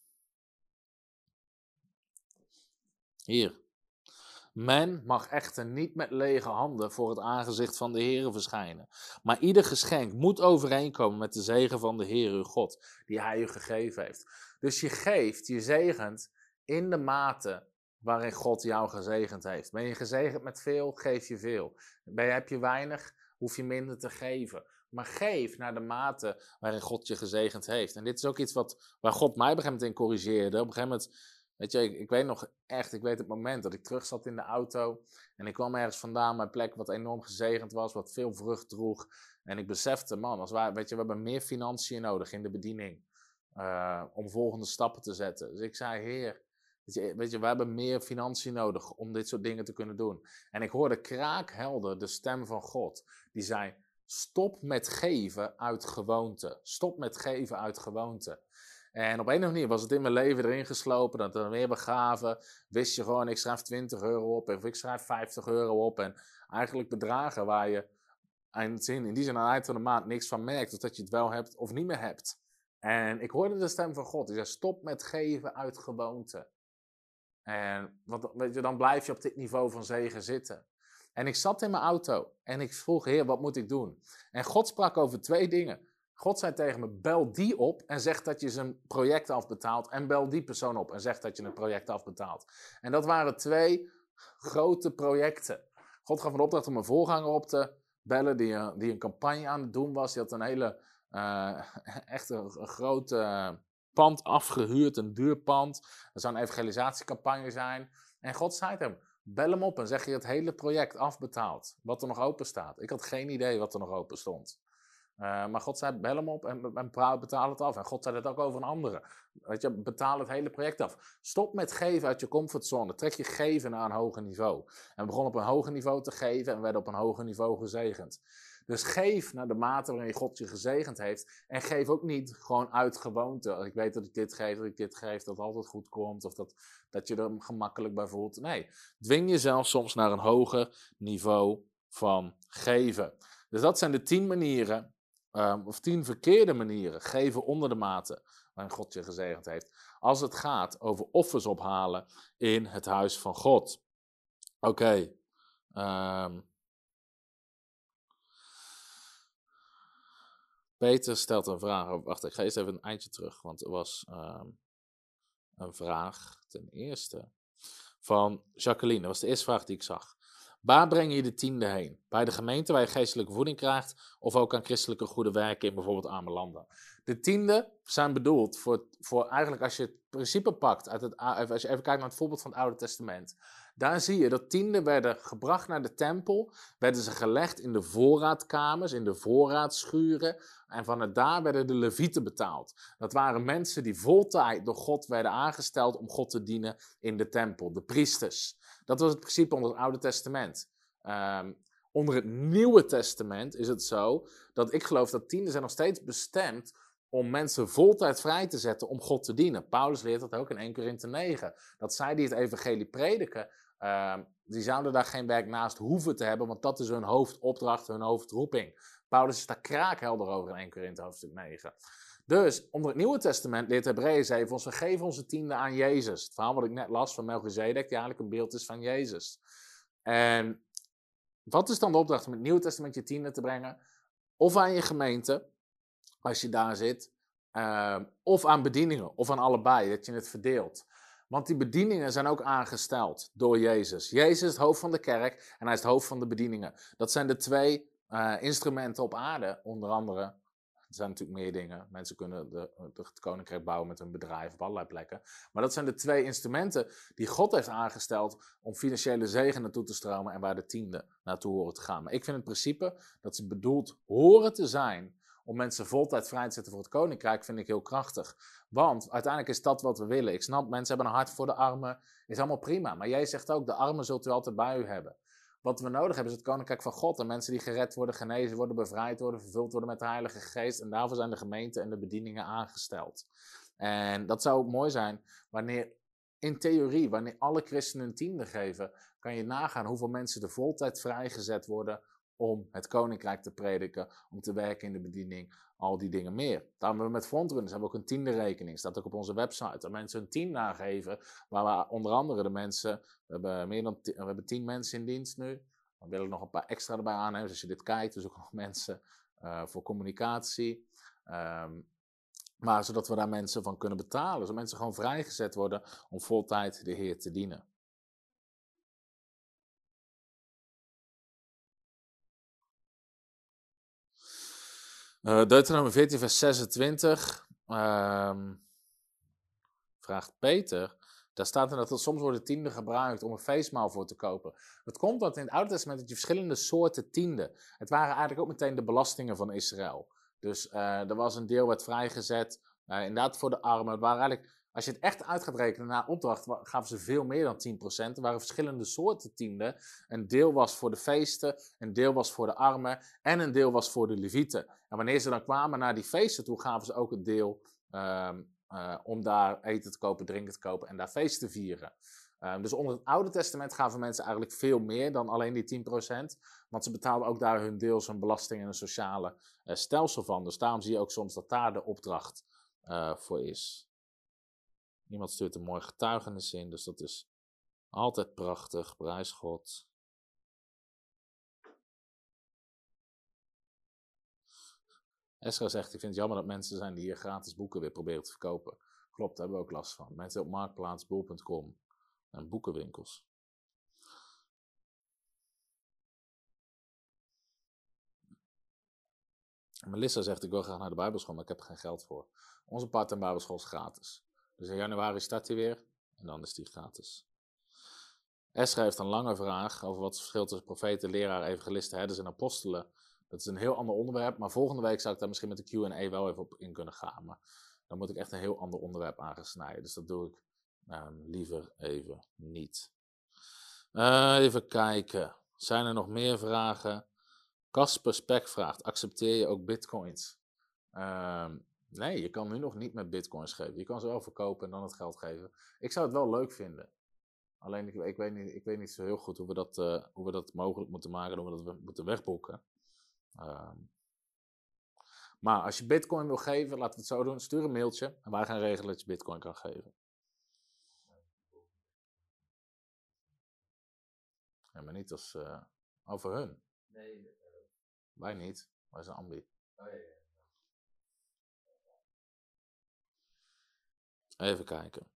Hier. Men mag echter niet met lege handen voor het aangezicht van de Heere verschijnen. Maar ieder geschenk moet overeenkomen met de zegen van de Heer uw God, die hij u gegeven heeft. Dus je geeft, je zegent in de mate waarin God jou gezegend heeft. Ben je gezegend met veel, geef je veel. Heb je weinig, hoef je minder te geven. Maar geef naar de mate waarin God je gezegend heeft. En dit is ook iets waar God mij op een gegeven moment in corrigeerde. Op een gegeven moment, weet je, ik weet nog echt, ik weet het moment dat ik terug zat in de auto. En ik kwam ergens vandaan bij een plek wat enorm gezegend was, wat veel vrucht droeg. En ik besefte, man, weet je, we hebben meer financiën nodig in de bediening. Om volgende stappen te zetten. Dus ik zei, Heer, weet je, we hebben meer financiën nodig om dit soort dingen te kunnen doen. En ik hoorde kraakhelder de stem van God. Die zei, stop met geven uit gewoonte. Stop met geven uit gewoonte. En op een of andere manier was het in mijn leven erin geslopen. Dat er weer begaven. Wist je gewoon, ik schrijf 20 euro op. Of ik schrijf 50 euro op. En eigenlijk bedragen waar je in die zin aan het eind van de maand niks van merkt. Of dat je het wel hebt of niet meer hebt. En ik hoorde de stem van God. Die zei, stop met geven uit gewoonte. En weet je, dan blijf je op dit niveau van zegen zitten. En ik zat in mijn auto en ik vroeg, Heer, wat moet ik doen? En God sprak over 2 dingen. God zei tegen me, bel die op en zeg dat je zijn project afbetaalt. En bel die persoon op en zeg dat je het project afbetaalt. En dat waren 2 grote projecten. God gaf een opdracht om een voorganger op te bellen die een campagne aan het doen was. Die had een hele, echt een groot pand afgehuurd, een duur pand. Er zou een evangelisatiecampagne zijn. En God zei tegen hem, bel hem op en zeg je het hele project afbetaalt. Wat er nog open staat. Ik had geen idee wat er nog open stond. Maar God zei, bel hem op en betaal het af. En God zei dat ook over een andere. Weet je, betaal het hele project af. Stop met geven uit je comfortzone. Trek je geven naar een hoger niveau. En we begonnen op een hoger niveau te geven en werden op een hoger niveau gezegend. Dus geef naar de mate waarin God je gezegend heeft. En geef ook niet gewoon uit gewoonte. Ik weet dat ik dit geef, dat het altijd goed komt. Of dat je er gemakkelijk bij voelt. Nee, dwing jezelf soms naar een hoger niveau van geven. Dus dat zijn de 10 manieren. Of 10 verkeerde manieren, geven onder de mate waarin God je gezegend heeft. Als het gaat over offers ophalen in het huis van God. Oké. Peter stelt een vraag. Wacht, ik ga eerst even een eindje terug. Want er was een vraag ten eerste van Jacqueline. Dat was de eerste vraag die ik zag. Waar breng je de 10e heen? Bij de gemeente waar je geestelijke voeding krijgt of ook aan christelijke goede werken in bijvoorbeeld arme landen? De 10e zijn bedoeld voor eigenlijk als je het principe pakt, als je even kijkt naar het voorbeeld van het Oude Testament. Daar zie je dat 10e werden gebracht naar de tempel, werden ze gelegd in de voorraadkamers, in de voorraadschuren en vanuit daar werden de levieten betaald. Dat waren mensen die voltijd door God werden aangesteld om God te dienen in de tempel, de priesters. Dat was het principe onder het Oude Testament. Onder het Nieuwe Testament is het zo dat ik geloof dat 10e zijn nog steeds bestemd om mensen voltijd vrij te zetten om God te dienen. Paulus leert dat ook in 1 Korinthe 9. Dat zij die het evangelie prediken, die zouden daar geen werk naast hoeven te hebben, want dat is hun hoofdopdracht, hun hoofdroeping. Paulus is daar kraakhelder over in 1 Korinthe hoofdstuk 9. Dus onder het Nieuwe Testament leert Hebreeën 7 ons, we geven onze 10e aan Jezus. Het verhaal wat ik net las van Melchizedek, die eigenlijk een beeld is van Jezus. En wat is dan de opdracht om in het Nieuwe Testament je 10e te brengen? Of aan je gemeente, als je daar zit, of aan bedieningen, of aan allebei, dat je het verdeelt. Want die bedieningen zijn ook aangesteld door Jezus. Jezus is het hoofd van de kerk en hij is het hoofd van de bedieningen. Dat zijn de 2 instrumenten op aarde, onder andere. Er zijn natuurlijk meer dingen. Mensen kunnen het koninkrijk bouwen met hun bedrijf op allerlei plekken. Maar dat zijn de 2 instrumenten die God heeft aangesteld om financiële zegen naartoe te stromen en waar de 10e naartoe horen te gaan. Maar ik vind het principe dat ze bedoeld horen te zijn om mensen voltijd vrij te zetten voor het koninkrijk, vind ik heel krachtig. Want uiteindelijk is dat wat we willen. Ik snap, mensen hebben een hart voor de armen. Is allemaal prima. Maar jij zegt ook, de armen zult u altijd bij u hebben. Wat we nodig hebben is het koninkrijk van God. En mensen die gered worden, genezen worden, bevrijd worden, vervuld worden met de Heilige Geest. En daarvoor zijn de gemeenten en de bedieningen aangesteld. En dat zou ook mooi zijn wanneer, in theorie, wanneer alle christenen een 10e geven, kan je nagaan hoeveel mensen er voltijd vrijgezet worden om het koninkrijk te prediken, om te werken in de bediening, al die dingen meer. Daarom hebben we met Frontrunners hebben we ook een 10e rekening, staat ook op onze website. Dat mensen een 10 nageven, waar we onder andere de mensen, we hebben 10 mensen in dienst nu, we willen nog een paar extra erbij aannemen, dus als je dit kijkt, dus ook nog mensen voor communicatie, maar zodat we daar mensen van kunnen betalen, zodat mensen gewoon vrijgezet worden om voltijd de Heer te dienen. Deuteronomium 14 vers 26 vraagt Peter. Daar staat er dat soms worden tienden gebruikt om een feestmaal voor te kopen. Het komt dat in het Oude Testament dat je verschillende soorten tienden. Het waren eigenlijk ook meteen de belastingen van Israël. Dus er was een deel werd vrijgezet, inderdaad voor de armen. Het waren eigenlijk, als je het echt uit gaat rekenen na opdracht, gaven ze veel meer dan 10%. Er waren verschillende soorten tienden. Een deel was voor de feesten, een deel was voor de armen en een deel was voor de levieten. En wanneer ze dan kwamen naar die feesten toe, gaven ze ook een deel om daar eten te kopen, drinken te kopen en daar feest te vieren. Dus onder het Oude Testament gaven mensen eigenlijk veel meer dan alleen die 10%. Want ze betaalden ook daar hun deels een belasting en een sociale stelsel van. Dus daarom zie je ook soms dat daar de opdracht voor is. Iemand stuurt een mooi getuigenis in, dus dat is altijd prachtig. Prijs God. Esra zegt, ik vind het jammer dat mensen zijn die hier gratis boeken weer proberen te verkopen. Klopt, daar hebben we ook last van. Mensen op Marktplaats, bol.com en boekenwinkels. Melissa zegt, ik wil graag naar de Bijbelschool, maar ik heb er geen geld voor. Onze part-time Bijbelschool is gratis. Dus in januari start hij weer en dan is die gratis. Esra heeft een lange vraag over wat het verschil tussen profeten, leraar, evangelisten, herders en apostelen. Dat is een heel ander onderwerp, maar volgende week zou ik daar misschien met de Q&A wel even op in kunnen gaan. Maar dan moet ik echt een heel ander onderwerp aangesnijden, dus dat doe ik liever even niet. Even kijken, zijn er nog meer vragen? Casper Spek vraagt, accepteer je ook bitcoins? Nee, je kan nu nog niet met bitcoins geven. Je kan ze wel verkopen en dan het geld geven. Ik zou het wel leuk vinden. Alleen ik weet niet zo heel goed hoe we dat mogelijk moeten maken, hoe we dat moeten wegboeken. Maar als je bitcoin wil geven, laten we het zo doen. Stuur een mailtje en wij gaan regelen dat je bitcoin kan geven. Ja, maar niet als over hun. Nee. Wij niet, wij zijn ambi. Oh, ja. Even kijken.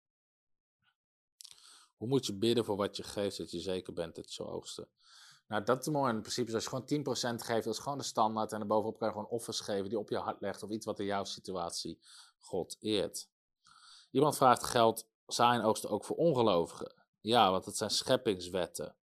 Hoe moet je bidden voor wat je geeft, dat je zeker bent dat je zo oogsten? Nou, dat is mooi in principe. Als je gewoon 10% geeft, dat is gewoon de standaard. En daarbovenop kan je gewoon offers geven die op je hart legt. Of iets wat in jouw situatie God eert. Iemand vraagt, geldt zaaien en oogsten ook voor ongelovigen? Ja, want het zijn scheppingswetten.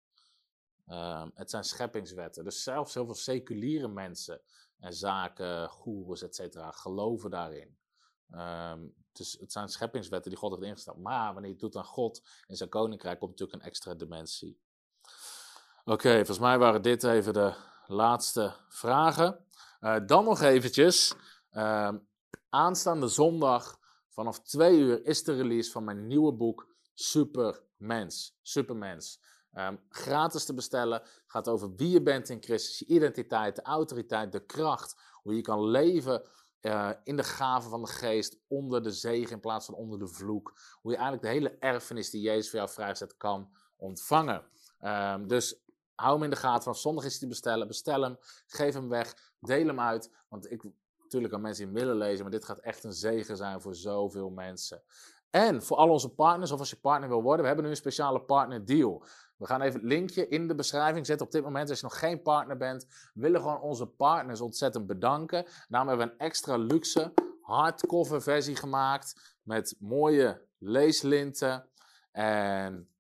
Het zijn scheppingswetten. Dus zelfs heel veel seculiere mensen en zaken, goeroes, et cetera, geloven daarin. Dus het zijn scheppingswetten die God heeft ingesteld. Maar wanneer je het doet aan God en zijn koninkrijk, komt natuurlijk een extra dimensie. Oké, volgens mij waren dit even de laatste vragen. Dan nog eventjes. Aanstaande zondag vanaf 2 uur is de release van mijn nieuwe boek Supermens. Gratis te bestellen. Gaat over wie je bent in Christus, je identiteit, de autoriteit, de kracht. Hoe je kan leven in de gaven van de geest, onder de zegen in plaats van onder de vloek. Hoe je eigenlijk de hele erfenis die Jezus voor jou vrijzet kan ontvangen. Dus hou hem in de gaten. Vanaf zondag is hij te bestellen. Bestel hem, geef hem weg, deel hem uit. Want natuurlijk kan mensen in willen lezen, maar dit gaat echt een zegen zijn voor zoveel mensen. En voor al onze partners, of als je partner wil worden, we hebben nu een speciale partner deal. We gaan even het linkje in de beschrijving zetten. Op dit moment, als je nog geen partner bent, willen gewoon onze partners ontzettend bedanken. Daarom hebben we een extra luxe hardcover versie gemaakt met mooie leeslinten. En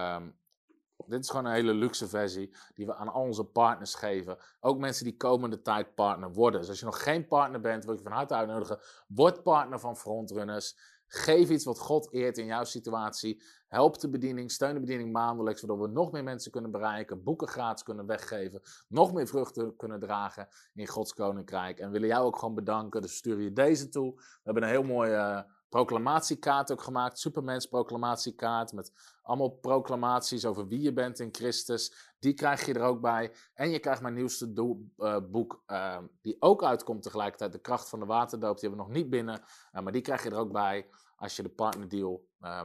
dit is gewoon een hele luxe versie die we aan al onze partners geven. Ook mensen die komende tijd partner worden. Dus als je nog geen partner bent, wil ik je van harte uitnodigen. Word partner van Frontrunners. Geef iets wat God eert in jouw situatie. Help de bediening, steun de bediening maandelijks, waardoor we nog meer mensen kunnen bereiken, boeken gratis kunnen weggeven, nog meer vruchten kunnen dragen in Gods koninkrijk. En willen jou ook gewoon bedanken, dus sturen je deze toe. We hebben een heel mooie proclamatiekaart ook gemaakt, Supermens proclamatiekaart, met allemaal proclamaties over wie je bent in Christus. Die krijg je er ook bij. En je krijgt mijn nieuwste boek, die ook uitkomt tegelijkertijd, De Kracht van de Waterdoop. Die hebben we nog niet binnen, maar die krijg je er ook bij als je de partnerdeal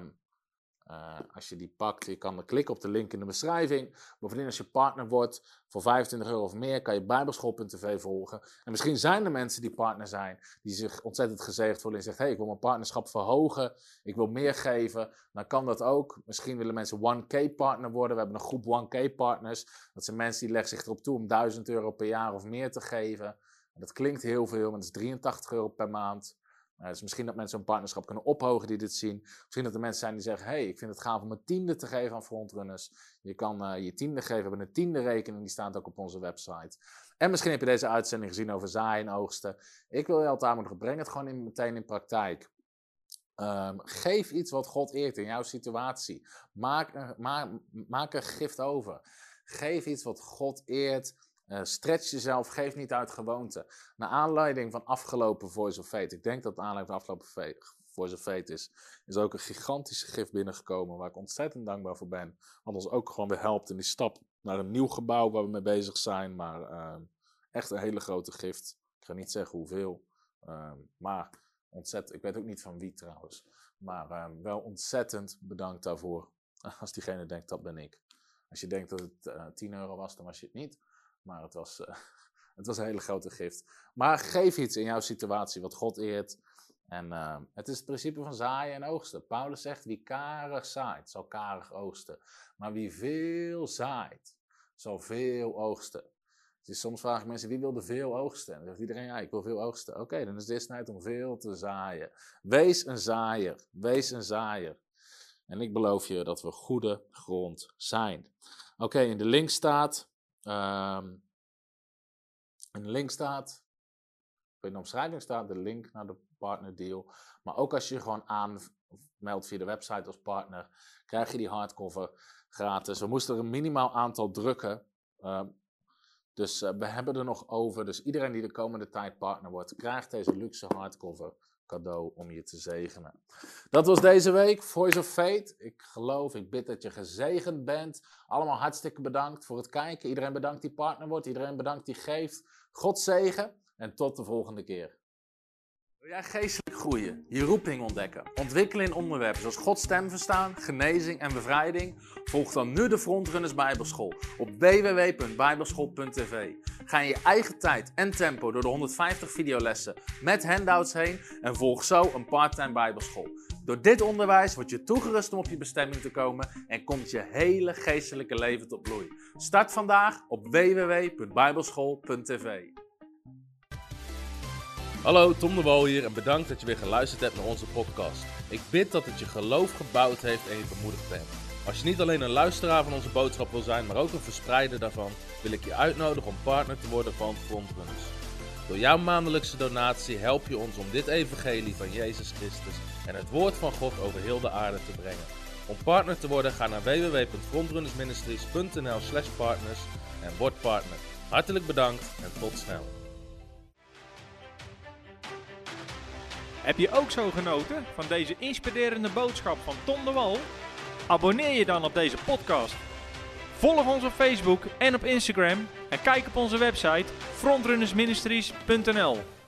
als je die pakt. Je kan klikken op de link in de beschrijving. Bovendien, als je partner wordt voor €25 of meer, kan je bijbelschool.tv volgen. En misschien zijn er mensen die partner zijn, die zich ontzettend gezegend voelen en zeggen, hey, ik wil mijn partnerschap verhogen, ik wil meer geven. Dan kan dat ook. Misschien willen mensen 1K partner worden. We hebben een groep 1K partners. Dat zijn mensen die leggen zich erop toe om €1000 per jaar of meer te geven. Dat klinkt heel veel, maar dat is €83 per maand. Dus misschien dat mensen een partnerschap kunnen ophogen die dit zien. Misschien dat er mensen zijn die zeggen, hey, ik vind het gaaf om een tiende te geven aan Frontrunners. Je kan je tiende geven, we hebben een tiende rekening, die staat ook op onze website. En misschien heb je deze uitzending gezien over zaaien en oogsten. Ik wil je altijd aanmoedigen, breng het gewoon meteen in praktijk. Geef iets wat God eert in jouw situatie. Maak een gift over. Geef iets wat God eert. Stretch jezelf, geef niet uit gewoonte. Naar aanleiding van afgelopen Voice of Faith, ik denk dat het aanleiding van afgelopen Voice of Faith is ook een gigantische gift binnengekomen waar ik ontzettend dankbaar voor ben. Wat ons ook gewoon weer helpt in die stap naar een nieuw gebouw waar we mee bezig zijn. Maar echt een hele grote gift. Ik ga niet zeggen hoeveel, maar ontzettend. Ik weet ook niet van wie trouwens. Maar wel ontzettend bedankt daarvoor. Als diegene denkt, dat ben ik. Als je denkt dat het €10 was, dan was je het niet. Maar het was een hele grote gift. Maar geef iets in jouw situatie wat God eert. En het is het principe van zaaien en oogsten. Paulus zegt, wie karig zaait, zal karig oogsten. Maar wie veel zaait, zal veel oogsten. Dus soms vragen mensen, wie wil er veel oogsten? En dan zegt iedereen, ja, ik wil veel oogsten. Oké, dan is dit tijd om veel te zaaien. Wees een zaaier. Wees een zaaier. En ik beloof je dat we goede grond zijn. Oké, in de link staat... in de omschrijving staat de link naar de partnerdeal. Maar ook als je gewoon aanmeldt via de website als partner, krijg je die hardcover gratis. We moesten er een minimaal aantal drukken. Dus we hebben er nog over. Dus iedereen die de komende tijd partner wordt, krijgt deze luxe hardcover cadeau om je te zegenen. Dat was deze week, Voice of Faith. Ik bid dat je gezegend bent. Allemaal hartstikke bedankt voor het kijken. Iedereen bedankt die partner wordt. Iedereen bedankt die geeft. God zegen en tot de volgende keer. Wil jij geestelijk groeien, je roeping ontdekken, ontwikkelen in onderwerpen zoals Gods stem verstaan, genezing en bevrijding? Volg dan nu de Frontrunners Bijbelschool op www.bijbelschool.tv. Ga in je eigen tijd en tempo door de 150 videolessen met handouts heen en volg zo een part-time Bijbelschool. Door dit onderwijs word je toegerust om op je bestemming te komen en komt je hele geestelijke leven tot bloei. Start vandaag op www.bijbelschool.tv. Hallo, Tom de Wal hier en bedankt dat je weer geluisterd hebt naar onze podcast. Ik bid dat het je geloof gebouwd heeft en je bemoedigd bent. Als je niet alleen een luisteraar van onze boodschap wil zijn, maar ook een verspreider daarvan, wil ik je uitnodigen om partner te worden van Frontrunners. Door jouw maandelijkse donatie help je ons om dit evangelie van Jezus Christus en het woord van God over heel de aarde te brengen. Om partner te worden, ga naar www.frontrunnersministries.nl/partners en word partner. Hartelijk bedankt en tot snel. Heb je ook zo genoten van deze inspirerende boodschap van Tom de Wal? Abonneer je dan op deze podcast. Volg ons op Facebook en op Instagram en kijk op onze website frontrunnersministries.nl.